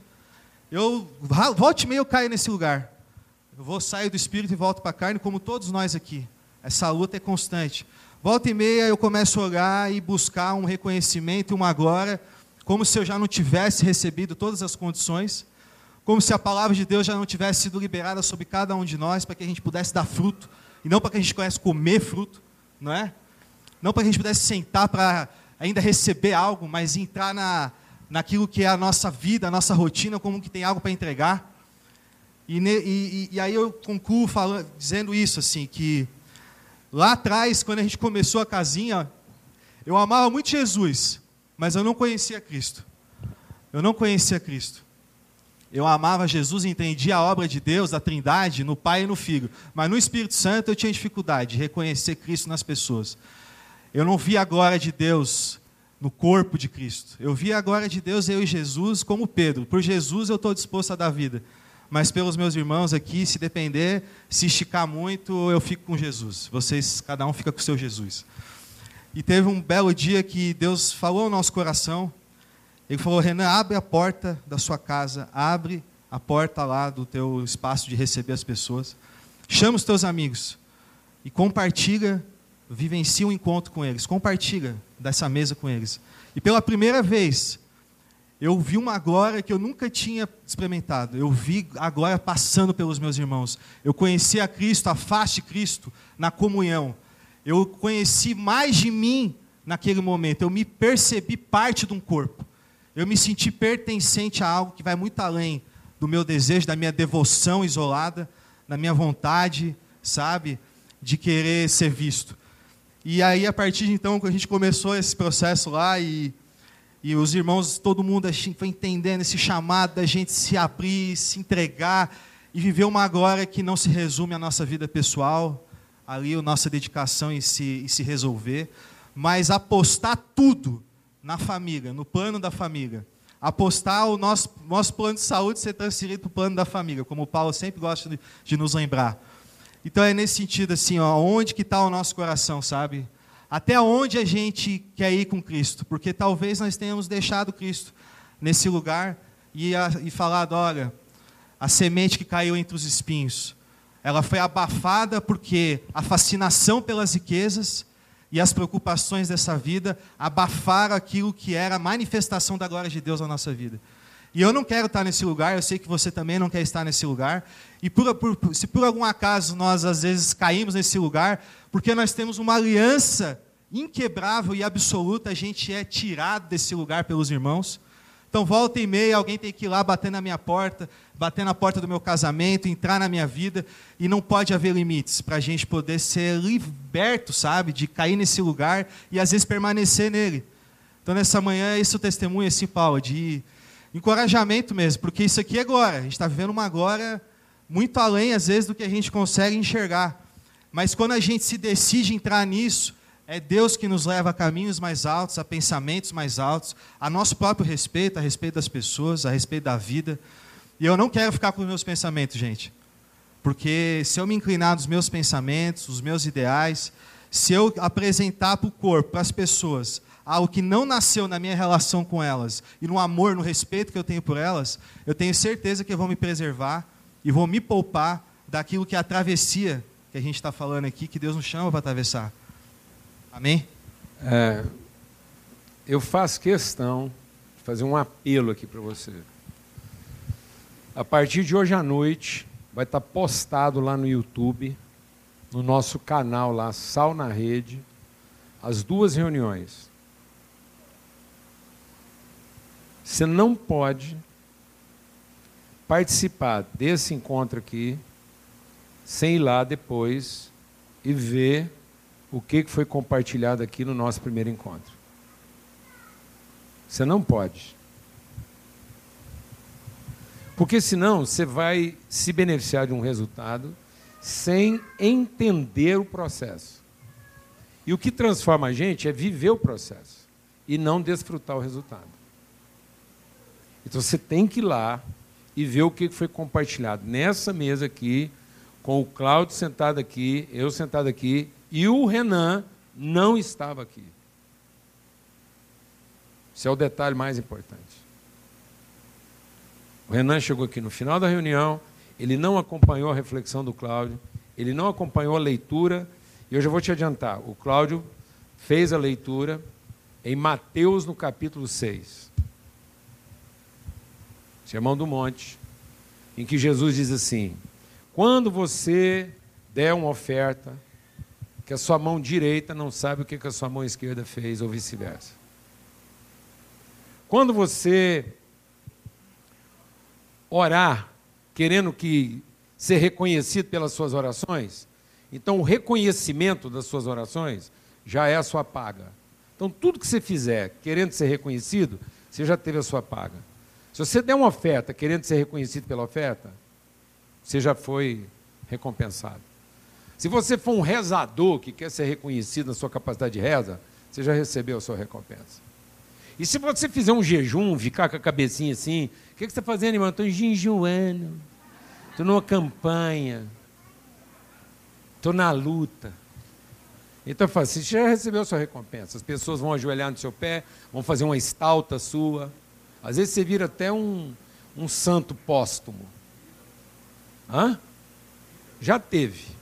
Volta e meia eu caio nesse lugar. Eu saio do espírito e volto para a carne, como todos nós aqui. Essa luta é constante. Volta e meia eu começo a orar e buscar um reconhecimento e uma glória, como se eu já não tivesse recebido todas as condições, como se a palavra de Deus já não tivesse sido liberada sobre cada um de nós, para que a gente pudesse dar fruto, e não para que a gente pudesse comer fruto, não é? Não para que a gente pudesse sentar para ainda receber algo, mas entrar naquilo que é a nossa vida, a nossa rotina, como que tem algo para entregar. E aí eu concluo dizendo isso, assim, que lá atrás, quando a gente começou a casinha, eu amava muito Jesus, mas eu não conhecia Cristo. Eu não conhecia Cristo. Eu amava Jesus e entendia a obra de Deus, da Trindade, no Pai e no Filho. Mas no Espírito Santo eu tinha dificuldade de reconhecer Cristo nas pessoas. Eu não via a glória de Deus no corpo de Cristo. Eu via a glória de Deus, eu e Jesus, como Pedro. Por Jesus eu estou disposto a dar vida. Mas pelos meus irmãos aqui, se depender, se esticar muito, eu fico com Jesus. Vocês, cada um fica com o seu Jesus. E teve um belo dia que Deus falou ao nosso coração. Ele falou, Renan, abre a porta da sua casa, abre a porta lá do teu espaço de receber as pessoas. Chama os teus amigos e compartilha, vivencia um encontro com eles. Compartilha dessa mesa com eles. E pela primeira vez, eu vi uma glória que eu nunca tinha experimentado. Eu vi a glória passando pelos meus irmãos. Eu conheci a Cristo, a face de Cristo, na comunhão. Eu conheci mais de mim naquele momento. Eu me percebi parte de um corpo. Eu me senti pertencente a algo que vai muito além do meu desejo, da minha devoção isolada, da minha vontade, sabe, de querer ser visto. E aí, a partir de então, quando a gente começou esse processo lá, e os irmãos, todo mundo foi entendendo esse chamado da gente se abrir, se entregar, e viver uma agora que não se resume à nossa vida pessoal, ali a nossa dedicação em se resolver, mas apostar tudo na família, no plano da família. Apostar o nosso plano de saúde ser transferido para o plano da família, como o Paulo sempre gosta de nos lembrar. Então é nesse sentido assim, ó, onde que está o nosso coração, sabe? Até onde a gente quer ir com Cristo, porque talvez nós tenhamos deixado Cristo nesse lugar e falado, olha, a semente que caiu entre os espinhos, ela foi abafada porque a fascinação pelas riquezas e as preocupações dessa vida abafaram aquilo que era a manifestação da glória de Deus na nossa vida. E eu não quero estar nesse lugar, eu sei que você também não quer estar nesse lugar, e se por algum acaso nós às vezes caímos nesse lugar, porque nós temos uma aliança inquebrável e absoluta, a gente é tirado desse lugar pelos irmãos. Então, volta e meia, alguém tem que ir lá bater na minha porta, bater na porta do meu casamento, entrar na minha vida, e não pode haver limites para a gente poder ser liberto, sabe, de cair nesse lugar e às vezes permanecer nele. Então, nessa manhã, esse é o testemunho, assim, Paulo, de encorajamento mesmo, porque isso aqui é glória, a gente está vivendo uma glória muito além, às vezes, do que a gente consegue enxergar. Mas quando a gente se decide entrar nisso, é Deus que nos leva a caminhos mais altos, a pensamentos mais altos, a nosso próprio respeito, a respeito das pessoas, a respeito da vida. E eu não quero ficar com os meus pensamentos, gente. Porque se eu me inclinar nos meus pensamentos, os meus ideais, se eu apresentar para o corpo, para as pessoas, algo que não nasceu na minha relação com elas, e no amor, no respeito que eu tenho por elas, eu tenho certeza que vão me preservar e vão me poupar daquilo que é a travessia que a gente está falando aqui, que Deus nos chama para atravessar. Amém? Eu faço questão de fazer um apelo aqui para você. A partir de hoje à noite, vai estar postado lá no YouTube, no nosso canal lá, Sal na Rede, as 2 reuniões. Você não pode participar desse encontro aqui sem ir lá depois e ver o que foi compartilhado aqui no nosso primeiro encontro. Você não pode. Porque senão você vai se beneficiar de um resultado sem entender o processo. E o que transforma a gente é viver o processo e não desfrutar o resultado. Então você tem que ir lá e ver o que foi compartilhado nessa mesa aqui, com o Cláudio sentado aqui, eu sentado aqui, e o Renan não estava aqui. Esse é o detalhe mais importante. O Renan chegou aqui no final da reunião, ele não acompanhou a reflexão do Cláudio, ele não acompanhou a leitura, e eu já vou te adiantar, o Cláudio fez a leitura em Mateus, no capítulo 6. Sermão do Monte, em que Jesus diz assim: quando você der uma oferta, que a sua mão direita não sabe o que a sua mão esquerda fez, ou vice-versa. Quando você orar, querendo ser reconhecido pelas suas orações, então o reconhecimento das suas orações já é a sua paga. Então tudo que você fizer querendo ser reconhecido, você já teve a sua paga. Se você der uma oferta querendo ser reconhecido pela oferta, você já foi recompensado. Se você for um rezador que quer ser reconhecido na sua capacidade de reza, você já recebeu a sua recompensa. E se você fizer um jejum, ficar com a cabecinha assim, o que você está fazendo, irmão? Estou jejuando, estou numa campanha, estou na luta. Então, você já recebeu a sua recompensa. As pessoas vão ajoelhar no seu pé, vão fazer uma estalta sua. Às vezes você vira até um santo póstumo. Já teve.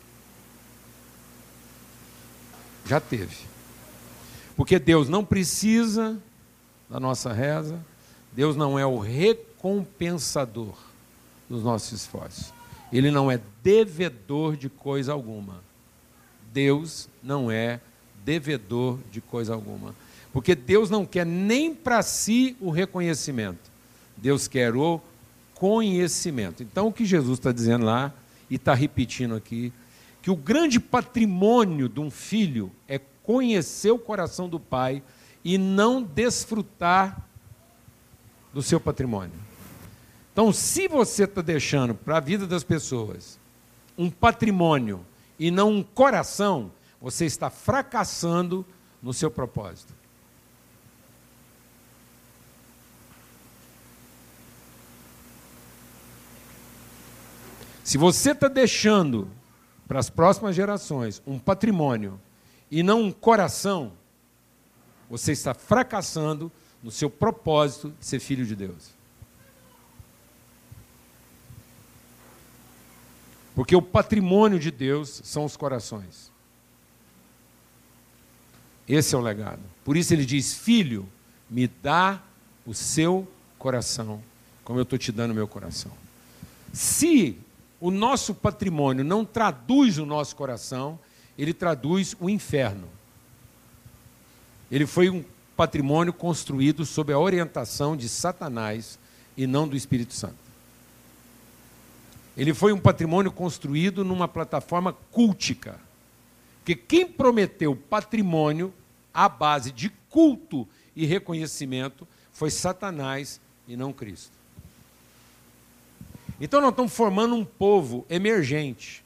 Já teve. Porque Deus não precisa da nossa reza, Deus não é o recompensador dos nossos esforços. Ele não é devedor de coisa alguma. Deus não é devedor de coisa alguma. Porque Deus não quer nem para si o reconhecimento. Deus quer o conhecimento. Então, o que Jesus está dizendo lá, e está repetindo aqui, que o grande patrimônio de um filho é conhecer o coração do pai e não desfrutar do seu patrimônio. Então, se você está deixando para a vida das pessoas um patrimônio e não um coração, você está fracassando no seu propósito. Se você está deixando para as próximas gerações um patrimônio e não um coração, você está fracassando no seu propósito de ser filho de Deus. Porque o patrimônio de Deus são os corações. Esse é o legado. Por isso ele diz: filho, me dá o seu coração, como eu estou te dando o meu coração. Se o nosso patrimônio não traduz o nosso coração, ele traduz o inferno. Ele foi um patrimônio construído sob a orientação de Satanás e não do Espírito Santo. Ele foi um patrimônio construído numa plataforma cultica. Porque quem prometeu patrimônio à base de culto e reconhecimento foi Satanás e não Cristo. Então nós estamos formando um povo emergente.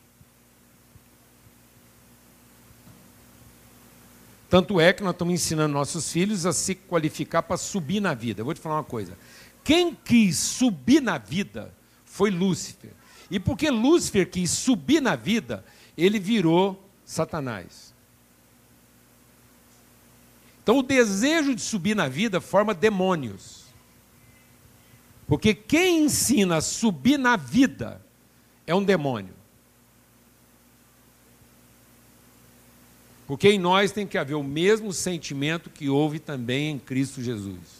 Tanto é que nós estamos ensinando nossos filhos a se qualificar para subir na vida. Eu vou te falar uma coisa. Quem quis subir na vida foi Lúcifer. E porque Lúcifer quis subir na vida, ele virou Satanás. Então o desejo de subir na vida forma demônios. Porque quem ensina a subir na vida é um demônio. Porque em nós tem que haver o mesmo sentimento que houve também em Cristo Jesus.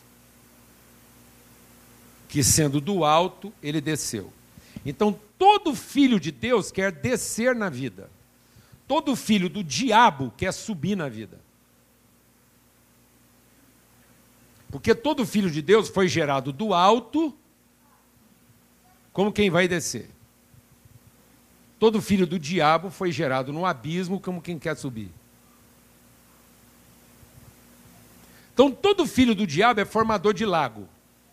Que sendo do alto, ele desceu. Então todo filho de Deus quer descer na vida. Todo filho do diabo quer subir na vida. Porque todo filho de Deus foi gerado do alto, como quem vai descer. Todo filho do diabo foi gerado no abismo, como quem quer subir. Então todo filho do diabo é formador de lago.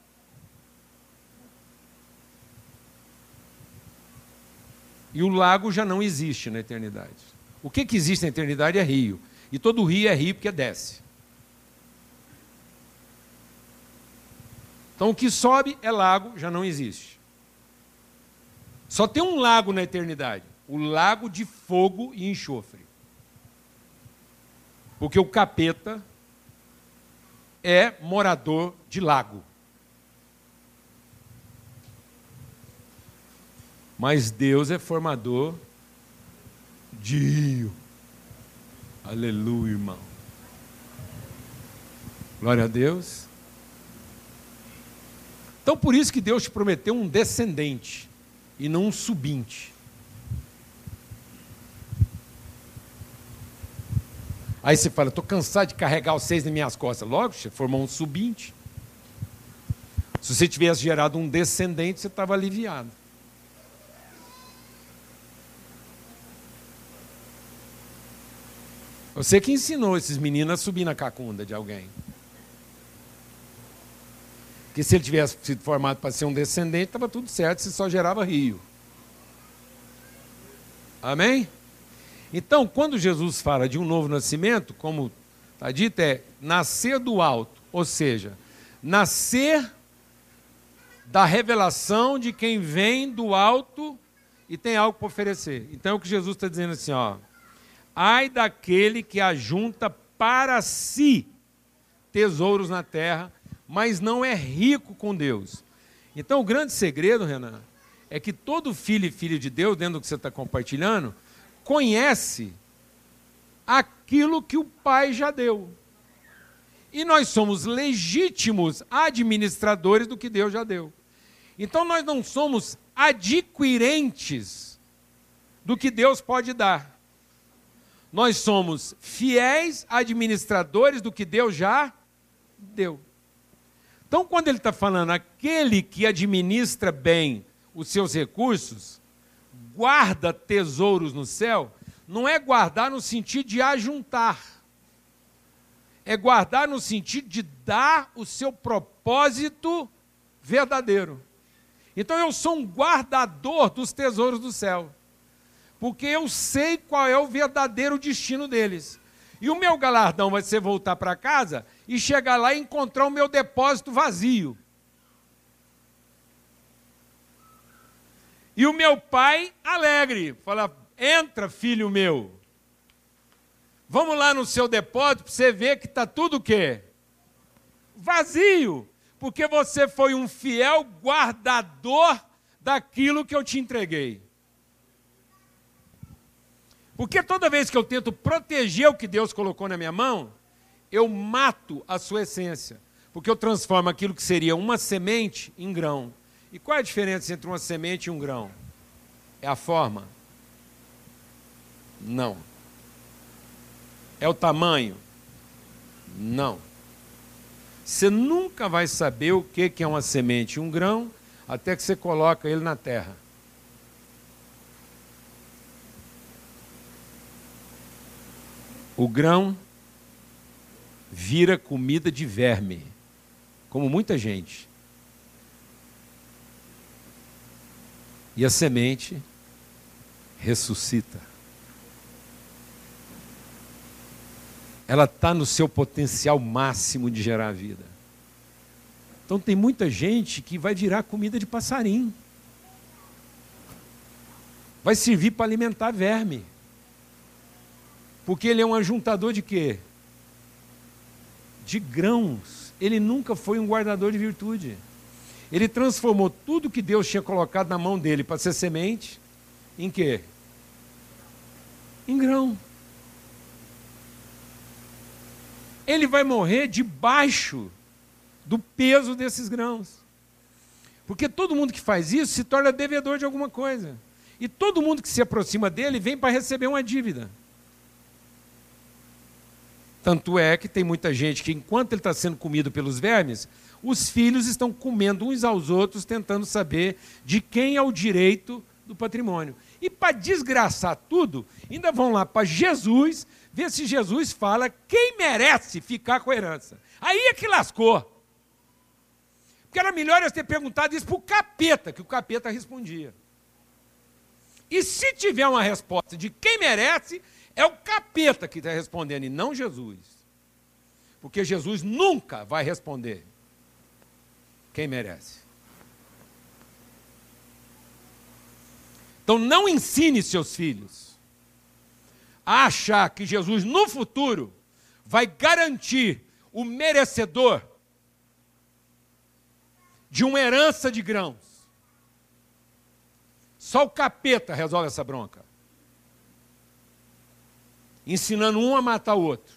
E o lago já não existe na eternidade. O que existe na eternidade é rio. E todo rio é rio porque desce. Então o que sobe é lago, já não existe. Só tem um lago na eternidade. O lago de fogo e enxofre. Porque o capeta é morador de lago. Mas Deus é formador de rio. Aleluia, irmão. Glória a Deus. Então, por isso que Deus te prometeu um descendente e não um subinte. Aí você fala: estou cansado de carregar os 6 nas minhas costas. Logo, você formou um subinte. Se você tivesse gerado um descendente, você estava aliviado. Você que ensinou esses meninos a subir na cacunda de alguém. Porque se ele tivesse sido formado para ser um descendente, estava tudo certo, você só gerava rio. Amém? Então, quando Jesus fala de um novo nascimento, como está dito, é nascer do alto. Ou seja, nascer da revelação de quem vem do alto e tem algo para oferecer. Então, é o que Jesus está dizendo assim, ó. Ai daquele que ajunta para si tesouros na terra, mas não é rico com Deus. Então o grande segredo, Renan, é que todo filho e filha de Deus, dentro do que você está compartilhando, conhece aquilo que o Pai já deu. E nós somos legítimos administradores do que Deus já deu. Então nós não somos adquirentes do que Deus pode dar. Nós somos fiéis administradores do que Deus já deu. Então, quando ele está falando aquele que administra bem os seus recursos, guarda tesouros no céu, não é guardar no sentido de ajuntar. É guardar no sentido de dar o seu propósito verdadeiro. Então eu sou um guardador dos tesouros do céu, porque eu sei qual é o verdadeiro destino deles. E o meu galardão vai ser voltar para casa e chegar lá e encontrar o meu depósito vazio. E o meu pai alegre, fala: entra, filho meu. Vamos lá no seu depósito para você ver que está tudo o quê? Vazio. Porque você foi um fiel guardador daquilo que eu te entreguei. Porque toda vez que eu tento proteger o que Deus colocou na minha mão, eu mato a sua essência. Porque eu transformo aquilo que seria uma semente em grão. E qual é a diferença entre uma semente e um grão? É a forma? Não. É o tamanho? Não. Você nunca vai saber o que é uma semente e um grão até que você coloca ele na terra. O grão vira comida de verme, como muita gente. E a semente ressuscita. Ela está no seu potencial máximo de gerar vida. Então tem muita gente que vai virar comida de passarinho. Vai servir para alimentar verme. Porque ele é um ajuntador de quê? De grãos. Ele nunca foi um guardador de virtude. Ele transformou tudo que Deus tinha colocado na mão dele para ser semente, em quê? Em grão. Ele vai morrer debaixo do peso desses grãos. Porque todo mundo que faz isso se torna devedor de alguma coisa. E todo mundo que se aproxima dele vem para receber uma dívida. Tanto é que tem muita gente que, enquanto ele está sendo comido pelos vermes, os filhos estão comendo uns aos outros, tentando saber de quem é o direito do patrimônio. E para desgraçar tudo, ainda vão lá para Jesus, ver se Jesus fala quem merece ficar com a herança. Aí é que lascou. Porque era melhor eu ter perguntado isso para o capeta, que o capeta respondia. E se tiver uma resposta de quem merece, é o capeta que está respondendo, e não Jesus. Porque Jesus nunca vai responder quem merece. Então não ensine seus filhos a achar que Jesus no futuro vai garantir o merecedor de uma herança de grãos. Só o capeta resolve essa bronca. Ensinando um a matar o outro.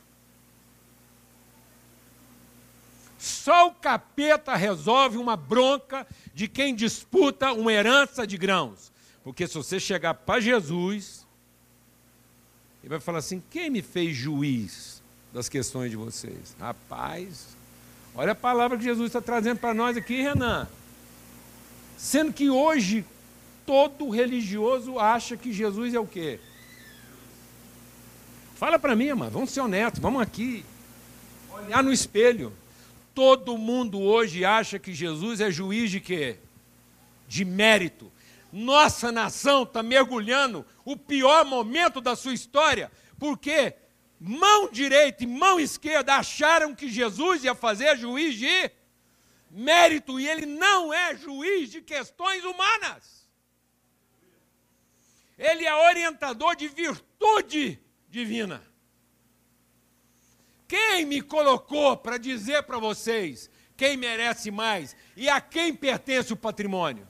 Só o capeta resolve uma bronca de quem disputa uma herança de grãos. Porque se você chegar para Jesus, ele vai falar assim: quem me fez juiz das questões de vocês? Rapaz, olha a palavra que Jesus está trazendo para nós aqui, Renan. Sendo que hoje todo religioso acha que Jesus é o quê? Fala para mim, irmão, vamos ser honestos, vamos aqui olhar no espelho. Todo mundo hoje acha que Jesus é juiz de quê? De mérito. Nossa nação está mergulhando o pior momento da sua história, porque mão direita e mão esquerda acharam que Jesus ia fazer juiz de mérito, e ele não é juiz de questões humanas. Ele é orientador de virtude divina. Quem me colocou para dizer para vocês quem merece mais e a quem pertence o patrimônio?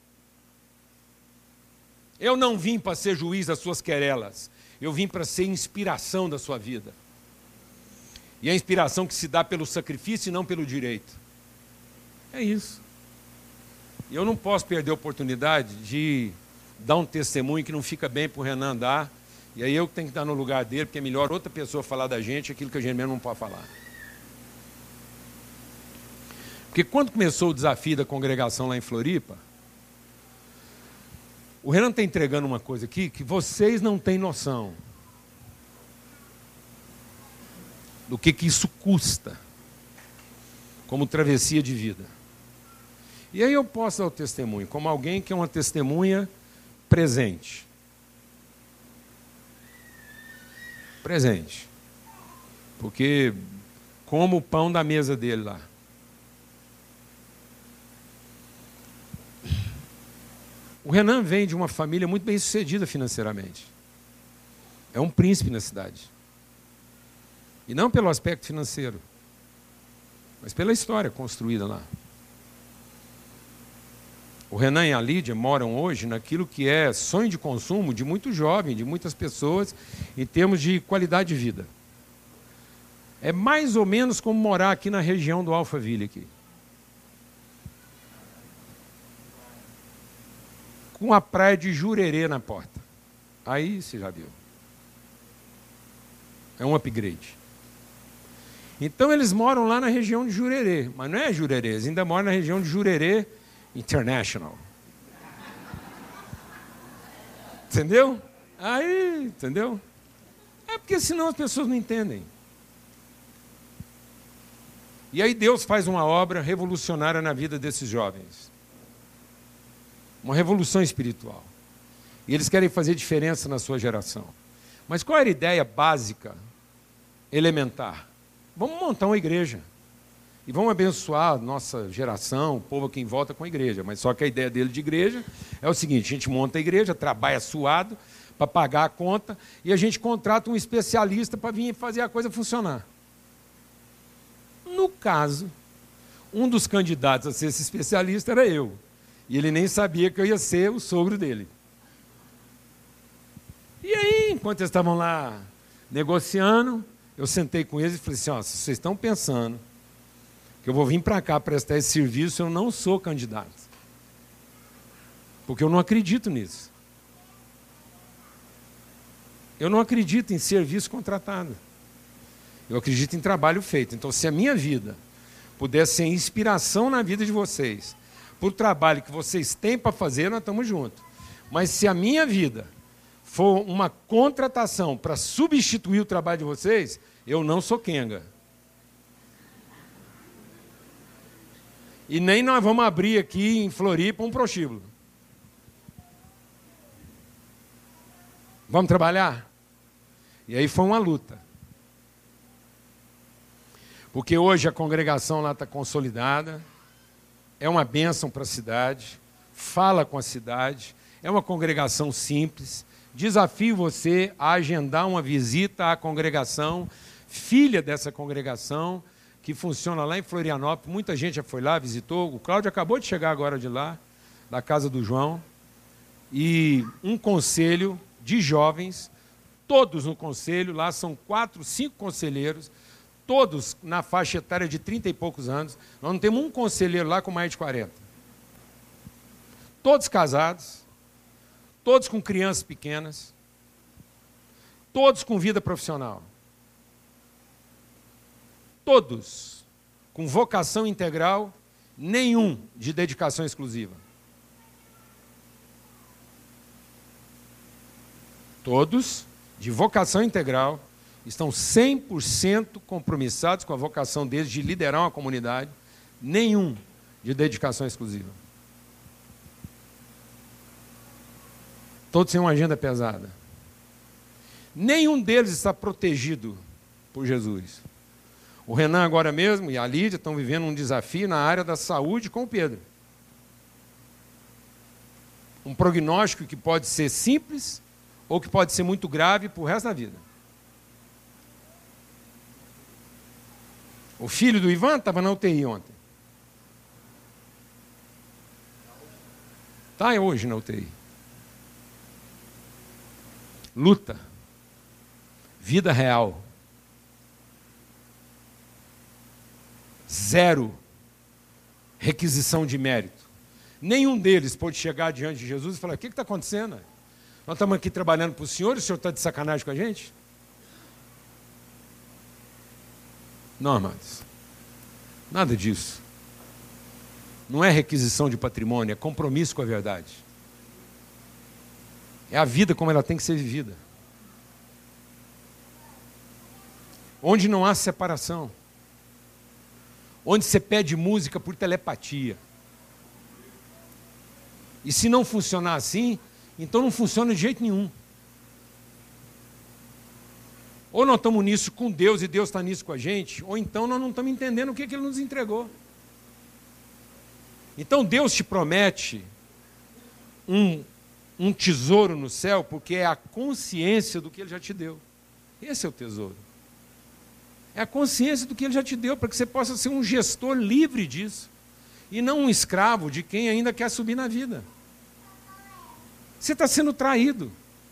Eu não vim para ser juiz das suas querelas, eu vim para ser inspiração da sua vida. E a inspiração que se dá pelo sacrifício e não pelo direito. É isso. E eu não posso perder a oportunidade de dar um testemunho que não fica bem para o Renan dar, e aí eu que tenho que estar no lugar dele, porque é melhor outra pessoa falar da gente aquilo que a gente mesmo não pode falar. Porque quando começou o desafio da congregação lá em Floripa, o Renan está entregando uma coisa aqui que vocês não têm noção do que isso custa como travessia de vida. E aí eu posso dar o testemunho, como alguém que é uma testemunha presente. Presente. Porque como o pão da mesa dele lá. O Renan vem de uma família muito bem sucedida financeiramente. É um príncipe na cidade. E não pelo aspecto financeiro, mas pela história construída lá. O Renan e a Lídia moram hoje naquilo que é sonho de consumo de muito jovem, de muitas pessoas, em termos de qualidade de vida. É mais ou menos como morar aqui na região do Alphaville aqui. Com a praia de Jurerê na porta. Aí você já viu. É um upgrade. Então eles moram lá na região de Jurerê, mas não é Jurerê, eles ainda moram na região de Jurerê International. Entendeu? Aí, entendeu? É porque senão as pessoas não entendem. E aí Deus faz uma obra revolucionária na vida desses jovens. Uma revolução espiritual. E eles querem fazer diferença na sua geração. Mas qual era a ideia básica, elementar? Vamos montar uma igreja. E vamos abençoar a nossa geração, o povo aqui em volta com a igreja. Mas só que a ideia dele de igreja é o seguinte: a gente monta a igreja, trabalha suado para pagar a conta e a gente contrata um especialista para vir fazer a coisa funcionar. No caso, um dos candidatos a ser esse especialista era eu. E ele nem sabia que eu ia ser o sogro dele. E aí, enquanto eles estavam lá negociando, eu sentei com eles e falei assim: ó, se vocês estão pensando que eu vou vir para cá prestar esse serviço, eu não sou candidato. Porque eu não acredito nisso. Eu não acredito em serviço contratado. Eu acredito em trabalho feito. Então, se a minha vida pudesse ser inspiração na vida de vocês, por trabalho que vocês têm para fazer, nós estamos juntos. Mas se a minha vida for uma contratação para substituir o trabalho de vocês, eu não sou quenga. E nem nós vamos abrir aqui em Floripa um prostíbulo. Vamos trabalhar? E aí foi uma luta. Porque hoje a congregação lá está consolidada, é uma bênção para a cidade, fala com a cidade, é uma congregação simples. Desafio você a agendar uma visita à congregação, filha dessa congregação, que funciona lá em Florianópolis. Muita gente já foi lá, visitou. O Cláudio acabou de chegar agora de lá, da casa do João. E um conselho de jovens, todos no conselho, lá são 4, 5 conselheiros, todos na faixa etária de 30 e poucos anos. Nós não temos um conselheiro lá com mais de 40. Todos casados, todos com crianças pequenas, todos com vida profissional. Todos com vocação integral, nenhum de dedicação exclusiva. Todos de vocação integral, estão 100% compromissados com a vocação deles de liderar uma comunidade, nenhum de dedicação exclusiva. Todos têm uma agenda pesada. Nenhum deles está protegido por Jesus. O Renan agora mesmo e a Lídia estão vivendo um desafio na área da saúde com o Pedro. Um prognóstico que pode ser simples ou que pode ser muito grave para o resto da vida. O filho do Ivan estava na UTI ontem. Está hoje na UTI. Luta. Vida real. 0 requisição de mérito. Nenhum deles pode chegar diante de Jesus e falar: o que está acontecendo? Nós estamos aqui trabalhando para o senhor e o senhor está de sacanagem com a gente? Não, amados. Nada disso. Não é requisição de patrimônio, é compromisso com a verdade. É a vida como ela tem que ser vivida. Onde não há separação. Onde você pede música por telepatia. E se não funcionar assim, então não funciona de jeito nenhum. Ou nós estamos nisso com Deus e Deus está nisso com a gente, ou então nós não estamos entendendo o que Ele nos entregou. Então Deus te promete um tesouro no céu, porque é a consciência do que Ele já te deu. Esse é o tesouro. É a consciência do que Ele já te deu, para que você possa ser um gestor livre disso, e não um escravo de quem ainda quer subir na vida. Você está sendo traído.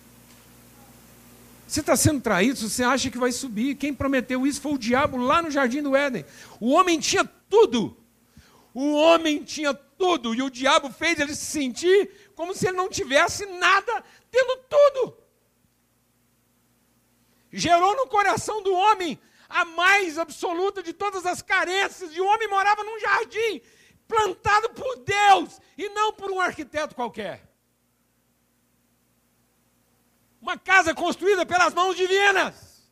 Você está sendo traído se você acha que vai subir. Quem prometeu isso foi o diabo lá no Jardim do Éden. O homem tinha tudo. O homem tinha tudo. E o diabo fez ele se sentir como se ele não tivesse nada, tendo tudo. Gerou no coração do homem a mais absoluta de todas as carências. E o homem morava num jardim plantado por Deus e não por um arquiteto qualquer. Uma casa construída pelas mãos divinas.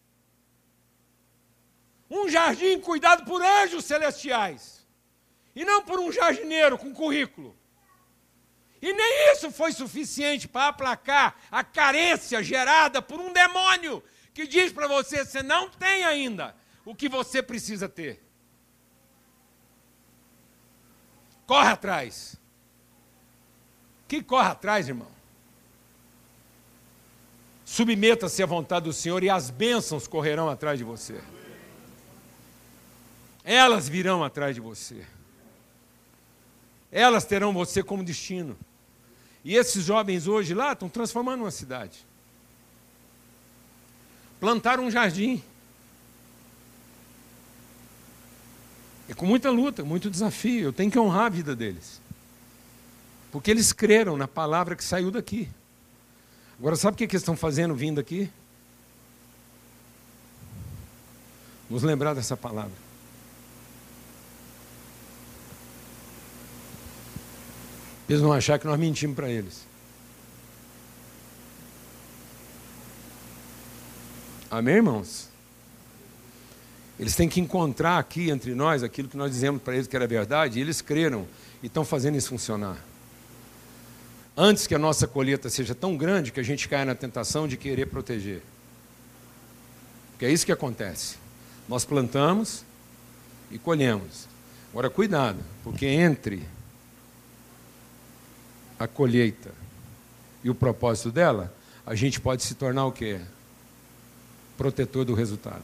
Um jardim cuidado por anjos celestiais. E não por um jardineiro com currículo. E nem isso foi suficiente para aplacar a carência gerada por um demônio que diz para você, você não tem ainda o que você precisa ter. Corre atrás. Que corre atrás, irmão? Submeta-se à vontade do Senhor e as bênçãos correrão atrás de você. Elas virão atrás de você. Elas terão você como destino. E esses jovens hoje lá estão transformando uma cidade. Plantaram um jardim. E com muita luta, muito desafio. Eu tenho que honrar a vida deles. Porque eles creram na palavra que saiu daqui. Agora, sabe o que eles estão fazendo vindo aqui? Nos lembrar dessa palavra. Eles vão achar que nós mentimos para eles. Amém, irmãos? Eles têm que encontrar aqui entre nós aquilo que nós dizemos para eles que era verdade, e eles creram e estão fazendo isso funcionar. Antes que a nossa colheita seja tão grande que a gente caia na tentação de querer proteger. Porque é isso que acontece. Nós plantamos e colhemos. Agora, cuidado, porque entre a colheita e o propósito dela, a gente pode se tornar o quê? Protetor do resultado.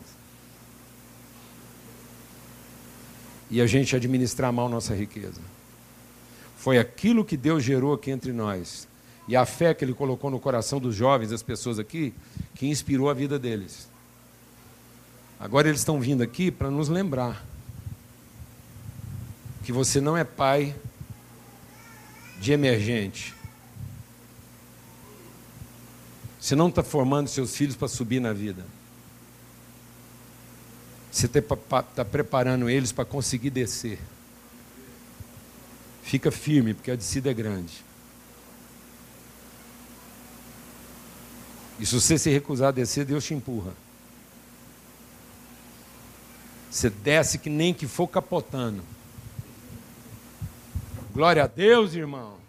E a gente administrar mal nossa riqueza. Foi aquilo que Deus gerou aqui entre nós. E a fé que Ele colocou no coração dos jovens, das pessoas aqui, que inspirou a vida deles. Agora eles estão vindo aqui para nos lembrar que você não é pai de emergente. Você não está formando seus filhos para subir na vida. Você está preparando eles para conseguir descer. Fica firme, porque a descida é grande. E se você se recusar a descer, Deus te empurra. Você desce que nem que for capotando. Glória a Deus, irmão.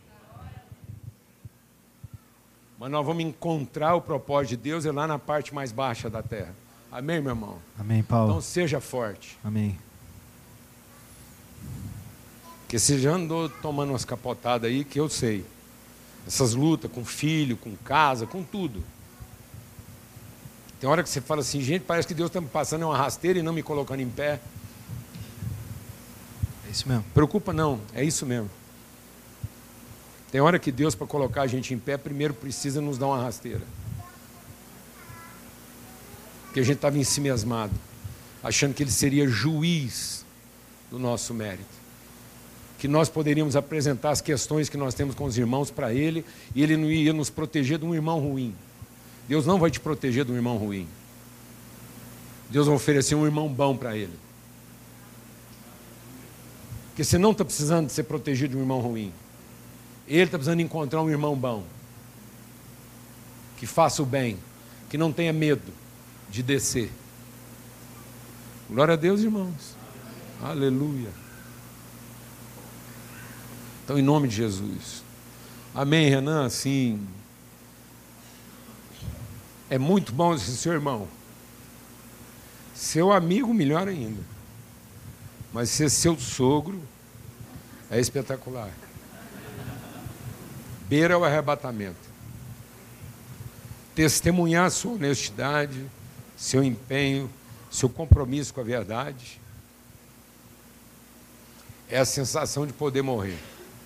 Mas nós vamos encontrar o propósito de Deus lá na parte mais baixa da terra. Amém, meu irmão? Amém, Paulo. Então seja forte. Amém. Porque você já andou tomando umas capotadas aí, que eu sei. Essas lutas com filho, com casa, com tudo. Tem hora que você fala assim, gente, parece que Deus está me passando uma rasteira e não me colocando em pé. É isso mesmo. Preocupa não, é isso mesmo. Tem hora que Deus, para colocar a gente em pé, primeiro precisa nos dar uma rasteira. Porque a gente estava ensimismado, achando que Ele seria juiz do nosso mérito. Que nós poderíamos apresentar as questões que nós temos com os irmãos para Ele, e Ele não ia nos proteger de um irmão ruim. Deus não vai te proteger de um irmão ruim. Deus vai oferecer um irmão bom para ele. Porque você não está precisando de ser protegido de um irmão ruim. Ele está precisando encontrar um irmão bom. Que faça o bem. Que não tenha medo de descer. Glória a Deus, irmãos. Aleluia. Então, em nome de Jesus, Amém, Renan? Sim. É muito bom esse seu irmão. Seu amigo, melhor ainda. Mas ser seu sogro é espetacular. Beira o arrebatamento. Testemunhar sua honestidade, seu empenho, seu compromisso com a verdade. É a sensação de poder morrer.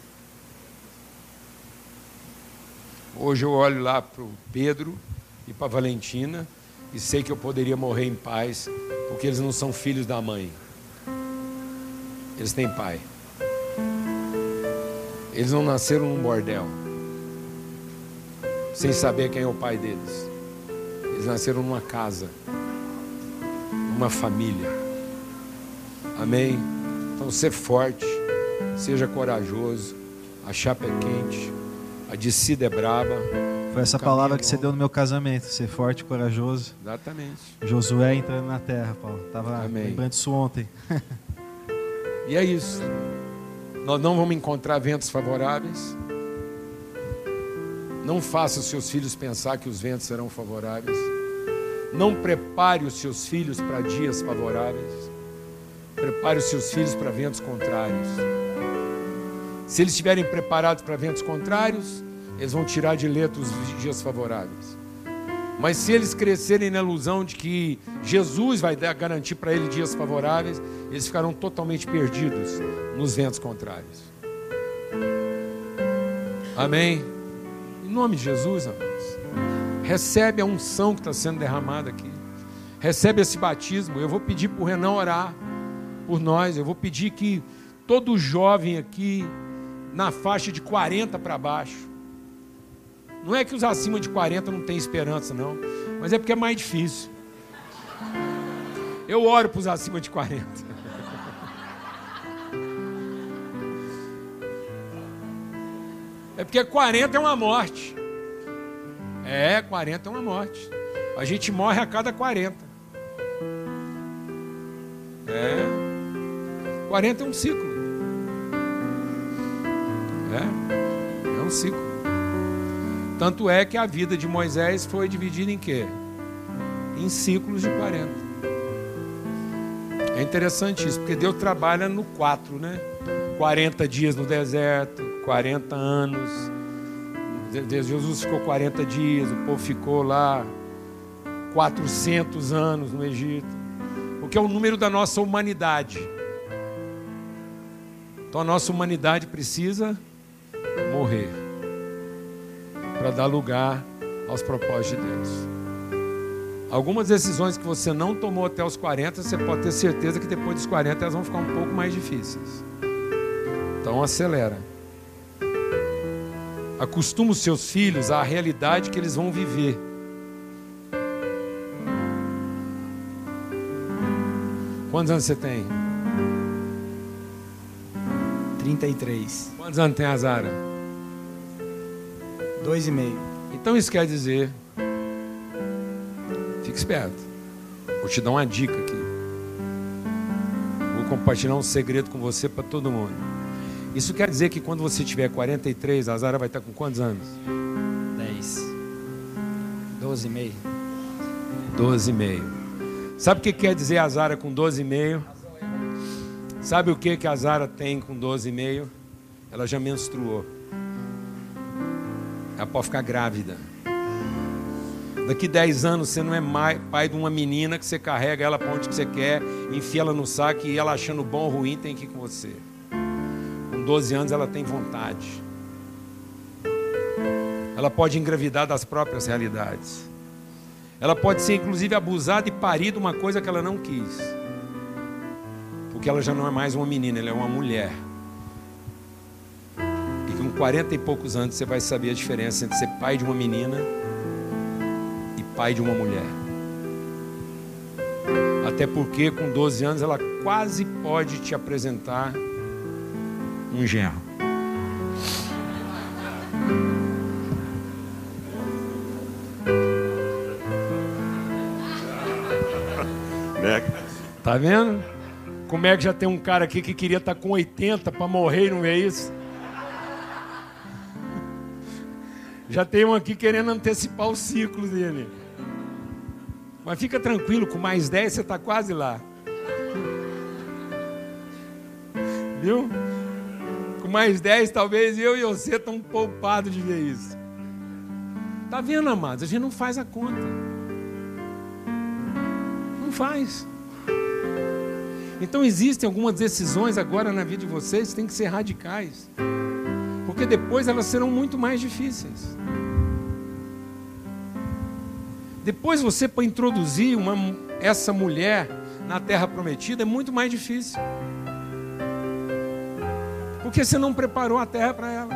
Hoje eu olho lá para o Pedro e para a Valentina e sei que eu poderia morrer em paz, porque eles não são filhos da mãe. Eles têm pai. Eles não nasceram num bordel, sem saber quem é o pai deles. Eles nasceram numa casa, numa família. Amém? Então, ser forte, seja corajoso, a chapa é quente, a descida é braba. Foi essa palavra que você deu no meu casamento, ser forte e corajoso. Exatamente. Josué entrando na terra, Paulo. Estava lembrando disso ontem. E é isso. Nós não vamos encontrar ventos favoráveis. Não faça os seus filhos pensar que os ventos serão favoráveis. Não prepare os seus filhos para dias favoráveis. Prepare os seus filhos para ventos contrários. Se eles estiverem preparados para ventos contrários, eles vão tirar de letra os dias favoráveis. Mas se eles crescerem na ilusão de que Jesus vai garantir para eles dias favoráveis, eles ficarão totalmente perdidos nos ventos contrários. Amém? Em nome de Jesus, amados. Recebe a unção que está sendo derramada aqui. Recebe esse batismo. Eu vou pedir para o Renan orar por nós. Eu vou pedir que todo jovem aqui, na faixa de 40 para baixo, não é que os acima de 40 não têm esperança, não, mas é porque é mais difícil. Eu oro para os acima de 40. É porque 40 é uma morte. 40 é uma morte. A gente morre a cada 40. 40 é um ciclo. É um ciclo. Tanto é que a vida de Moisés foi dividida em quê? Em ciclos de 40. É interessante isso, porque Deus trabalha no 4, né? 40 dias no deserto, 40 anos. Jesus ficou 40 dias, o povo ficou lá 400 anos no Egito. Porque é o número da nossa humanidade. Então a nossa humanidade precisa morrer para dar lugar aos propósitos de Deus. Algumas decisões que você não tomou até os 40, você pode ter certeza que depois dos 40 elas vão ficar um pouco mais difíceis. Então acelera. Acostuma os seus filhos à realidade que eles vão viver. Quantos anos você tem? 33. Quantos anos tem a Zara? 2,5. Então isso quer dizer, fique esperto. Vou te dar uma dica aqui. Vou compartilhar um segredo com você para todo mundo. Isso quer dizer que quando você tiver 43, a Zara vai estar com quantos anos? 10. 12,5. 12,5. Sabe o que quer dizer a Zara com 12,5? Sabe o que a Zara tem com 12,5? Ela já menstruou. Ela pode ficar grávida. Daqui 10 anos você não é mais pai de uma menina que você carrega ela para onde que você quer, enfia ela no saco e ela achando bom ou ruim tem que ir com você. Com 12 anos ela tem vontade. Ela pode engravidar das próprias realidades. Ela pode ser inclusive abusada e parida uma coisa que ela não quis. Porque ela já não é mais uma menina, ela é uma mulher. E com 40 e poucos anos você vai saber a diferença entre ser pai de uma menina e pai de uma mulher. Até porque com 12 anos ela quase pode te apresentar um genro. Tá vendo? Como é que já tem um cara aqui que queria estar com 80 para morrer e não é isso? Já tem um aqui querendo antecipar o ciclo dele. Mas fica tranquilo, com mais 10 você está quase lá. Viu? Com mais 10 talvez eu e você estão poupados de ver isso. Está vendo, amados? A gente não faz a conta. Não faz. Então existem algumas decisões agora na vida de vocês que têm que ser radicais. Porque depois elas serão muito mais difíceis. Depois você, para introduzir essa mulher na terra prometida, é muito mais difícil. Porque você não preparou a terra para ela.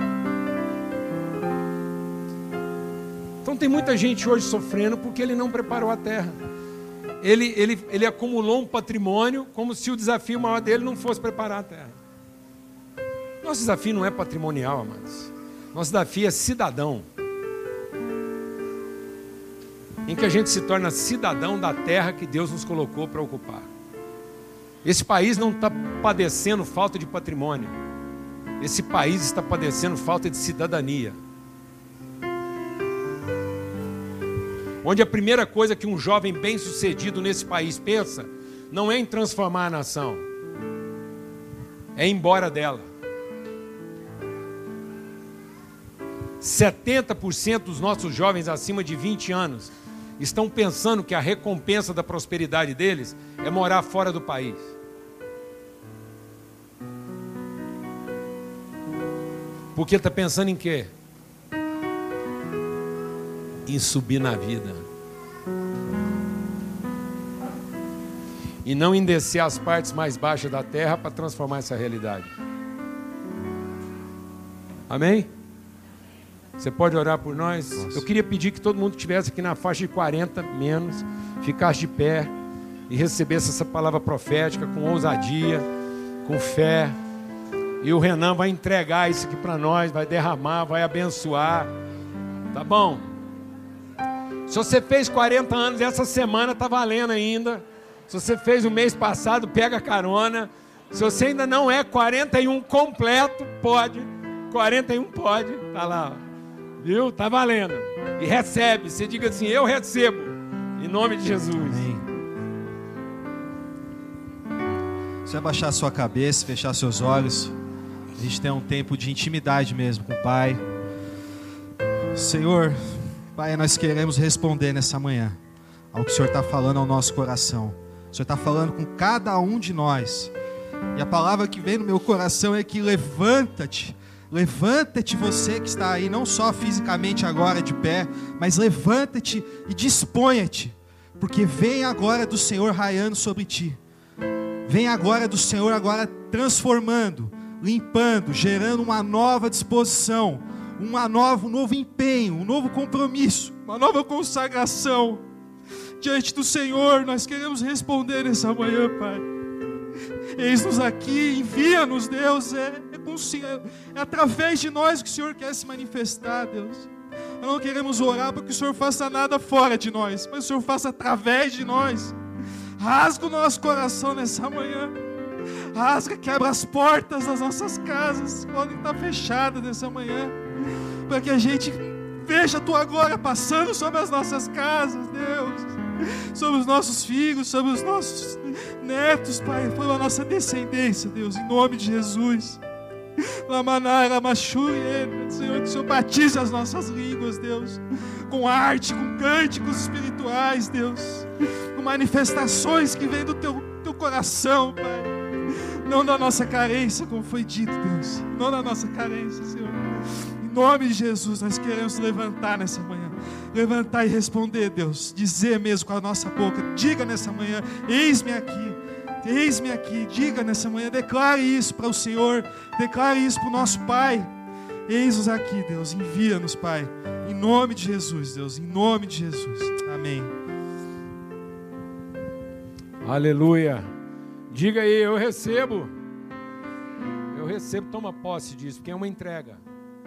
Então tem muita gente hoje sofrendo porque ele não preparou a terra. Ele acumulou um patrimônio como se o desafio maior dele não fosse preparar a terra. Nosso desafio não é patrimonial, amados. Nosso desafio é cidadão. Em que a gente se torna cidadão da terra que Deus nos colocou para ocupar. Esse país não está padecendo falta de patrimônio. Esse país está padecendo falta de cidadania. Onde a primeira coisa que um jovem bem-sucedido nesse país pensa, não é em transformar a nação, é ir embora dela. 70% dos nossos jovens acima de 20 anos estão pensando que a recompensa da prosperidade deles é morar fora do país. Porque está pensando em quê? Em subir na vida. E não em descer as partes mais baixas da terra para transformar essa realidade. Amém? Você pode orar por nós? Eu queria pedir que todo mundo que estivesse aqui na faixa de 40 menos, ficasse de pé e recebesse essa palavra profética com ousadia, com fé. E o Renan vai entregar isso aqui para nós, vai derramar, vai abençoar. Tá bom? Se você fez 40 anos, essa semana está valendo ainda. Se você fez o mês passado, pega carona. Se você ainda não é 41 completo, pode. 41 pode, tá lá, ó. Viu? Tá valendo. E recebe, você diga assim, eu recebo, em nome de Jesus. Amém. Você vai baixar sua cabeça, fechar seus olhos. A gente tem um tempo de intimidade mesmo com o Pai. Senhor, Pai, nós queremos responder nessa manhã ao que o Senhor está falando ao nosso coração. O Senhor está falando com cada um de nós. E a palavra que vem no meu coração é que levanta-te. Levanta-te você que está aí, não só fisicamente agora de pé, mas levanta-te e disponha-te. Porque vem agora do Senhor raiando sobre ti. Vem agora do Senhor agora transformando, limpando, gerando uma nova disposição, um novo empenho, um novo compromisso, uma nova consagração. Diante do Senhor, nós queremos responder nessa manhã, Pai. Eis-nos aqui, envia-nos, Deus, é através de nós que o Senhor quer se manifestar, Deus. Nós não queremos orar para que o Senhor faça nada fora de nós, mas o Senhor faça através de nós. Rasga o nosso coração nessa manhã. Rasga, quebra as portas das nossas casas, que podem estar fechadas nessa manhã, para que a gente veja a Tua glória passando sobre as nossas casas, Deus, sobre os nossos filhos, sobre os nossos netos, Pai, pela nossa descendência, Deus, em nome de Jesus. Senhor, que o Senhor batize as nossas línguas, Deus, com arte, com cânticos espirituais, Deus, com manifestações que vêm do teu coração, Pai, não da nossa carência, como foi dito, Deus, não da nossa carência, Senhor. Em nome de Jesus, nós queremos levantar nessa manhã, levantar e responder, Deus, dizer mesmo com a nossa boca, diga nessa manhã, eis-me aqui, diga nessa manhã, declare isso para o Senhor, declare isso para o nosso Pai. Eis-nos aqui, Deus, envia-nos, Pai, em nome de Jesus, Deus, em nome de Jesus, amém. Aleluia. Diga aí, eu recebo, toma posse disso, porque é uma entrega.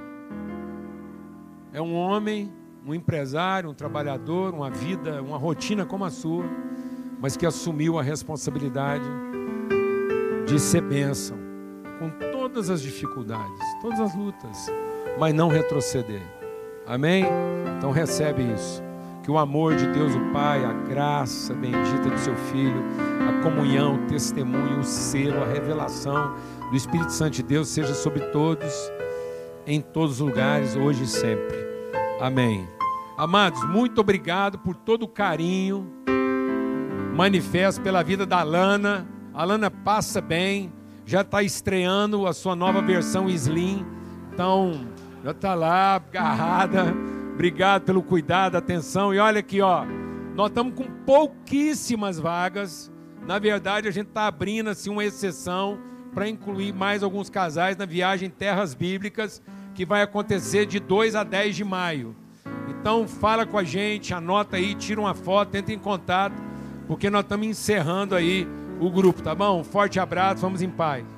É um homem, um empresário, um trabalhador, uma vida, uma rotina como a sua, mas que assumiu a responsabilidade de ser bênção, com todas as dificuldades, todas as lutas, mas não retroceder. Amém? Então recebe isso. Que o amor de Deus o Pai, a graça bendita do seu Filho, a comunhão, o testemunho, o selo, a revelação do Espírito Santo de Deus seja sobre todos, em todos os lugares, hoje e sempre. Amém. Amados, muito obrigado por todo o carinho manifesto pela vida da Alana. A Alana passa bem, já está estreando a sua nova versão Slim, então já está lá, agarrada. Obrigado pelo cuidado, atenção. E olha aqui, ó, nós estamos com pouquíssimas vagas. Na verdade, a gente está abrindo assim uma exceção para incluir mais alguns casais na viagem Terras Bíblicas, que vai acontecer de 2 a 10 de maio. Então fala com a gente, anota aí, tira uma foto, entra em contato, porque nós estamos encerrando aí o grupo, tá bom? Um forte abraço, vamos em paz.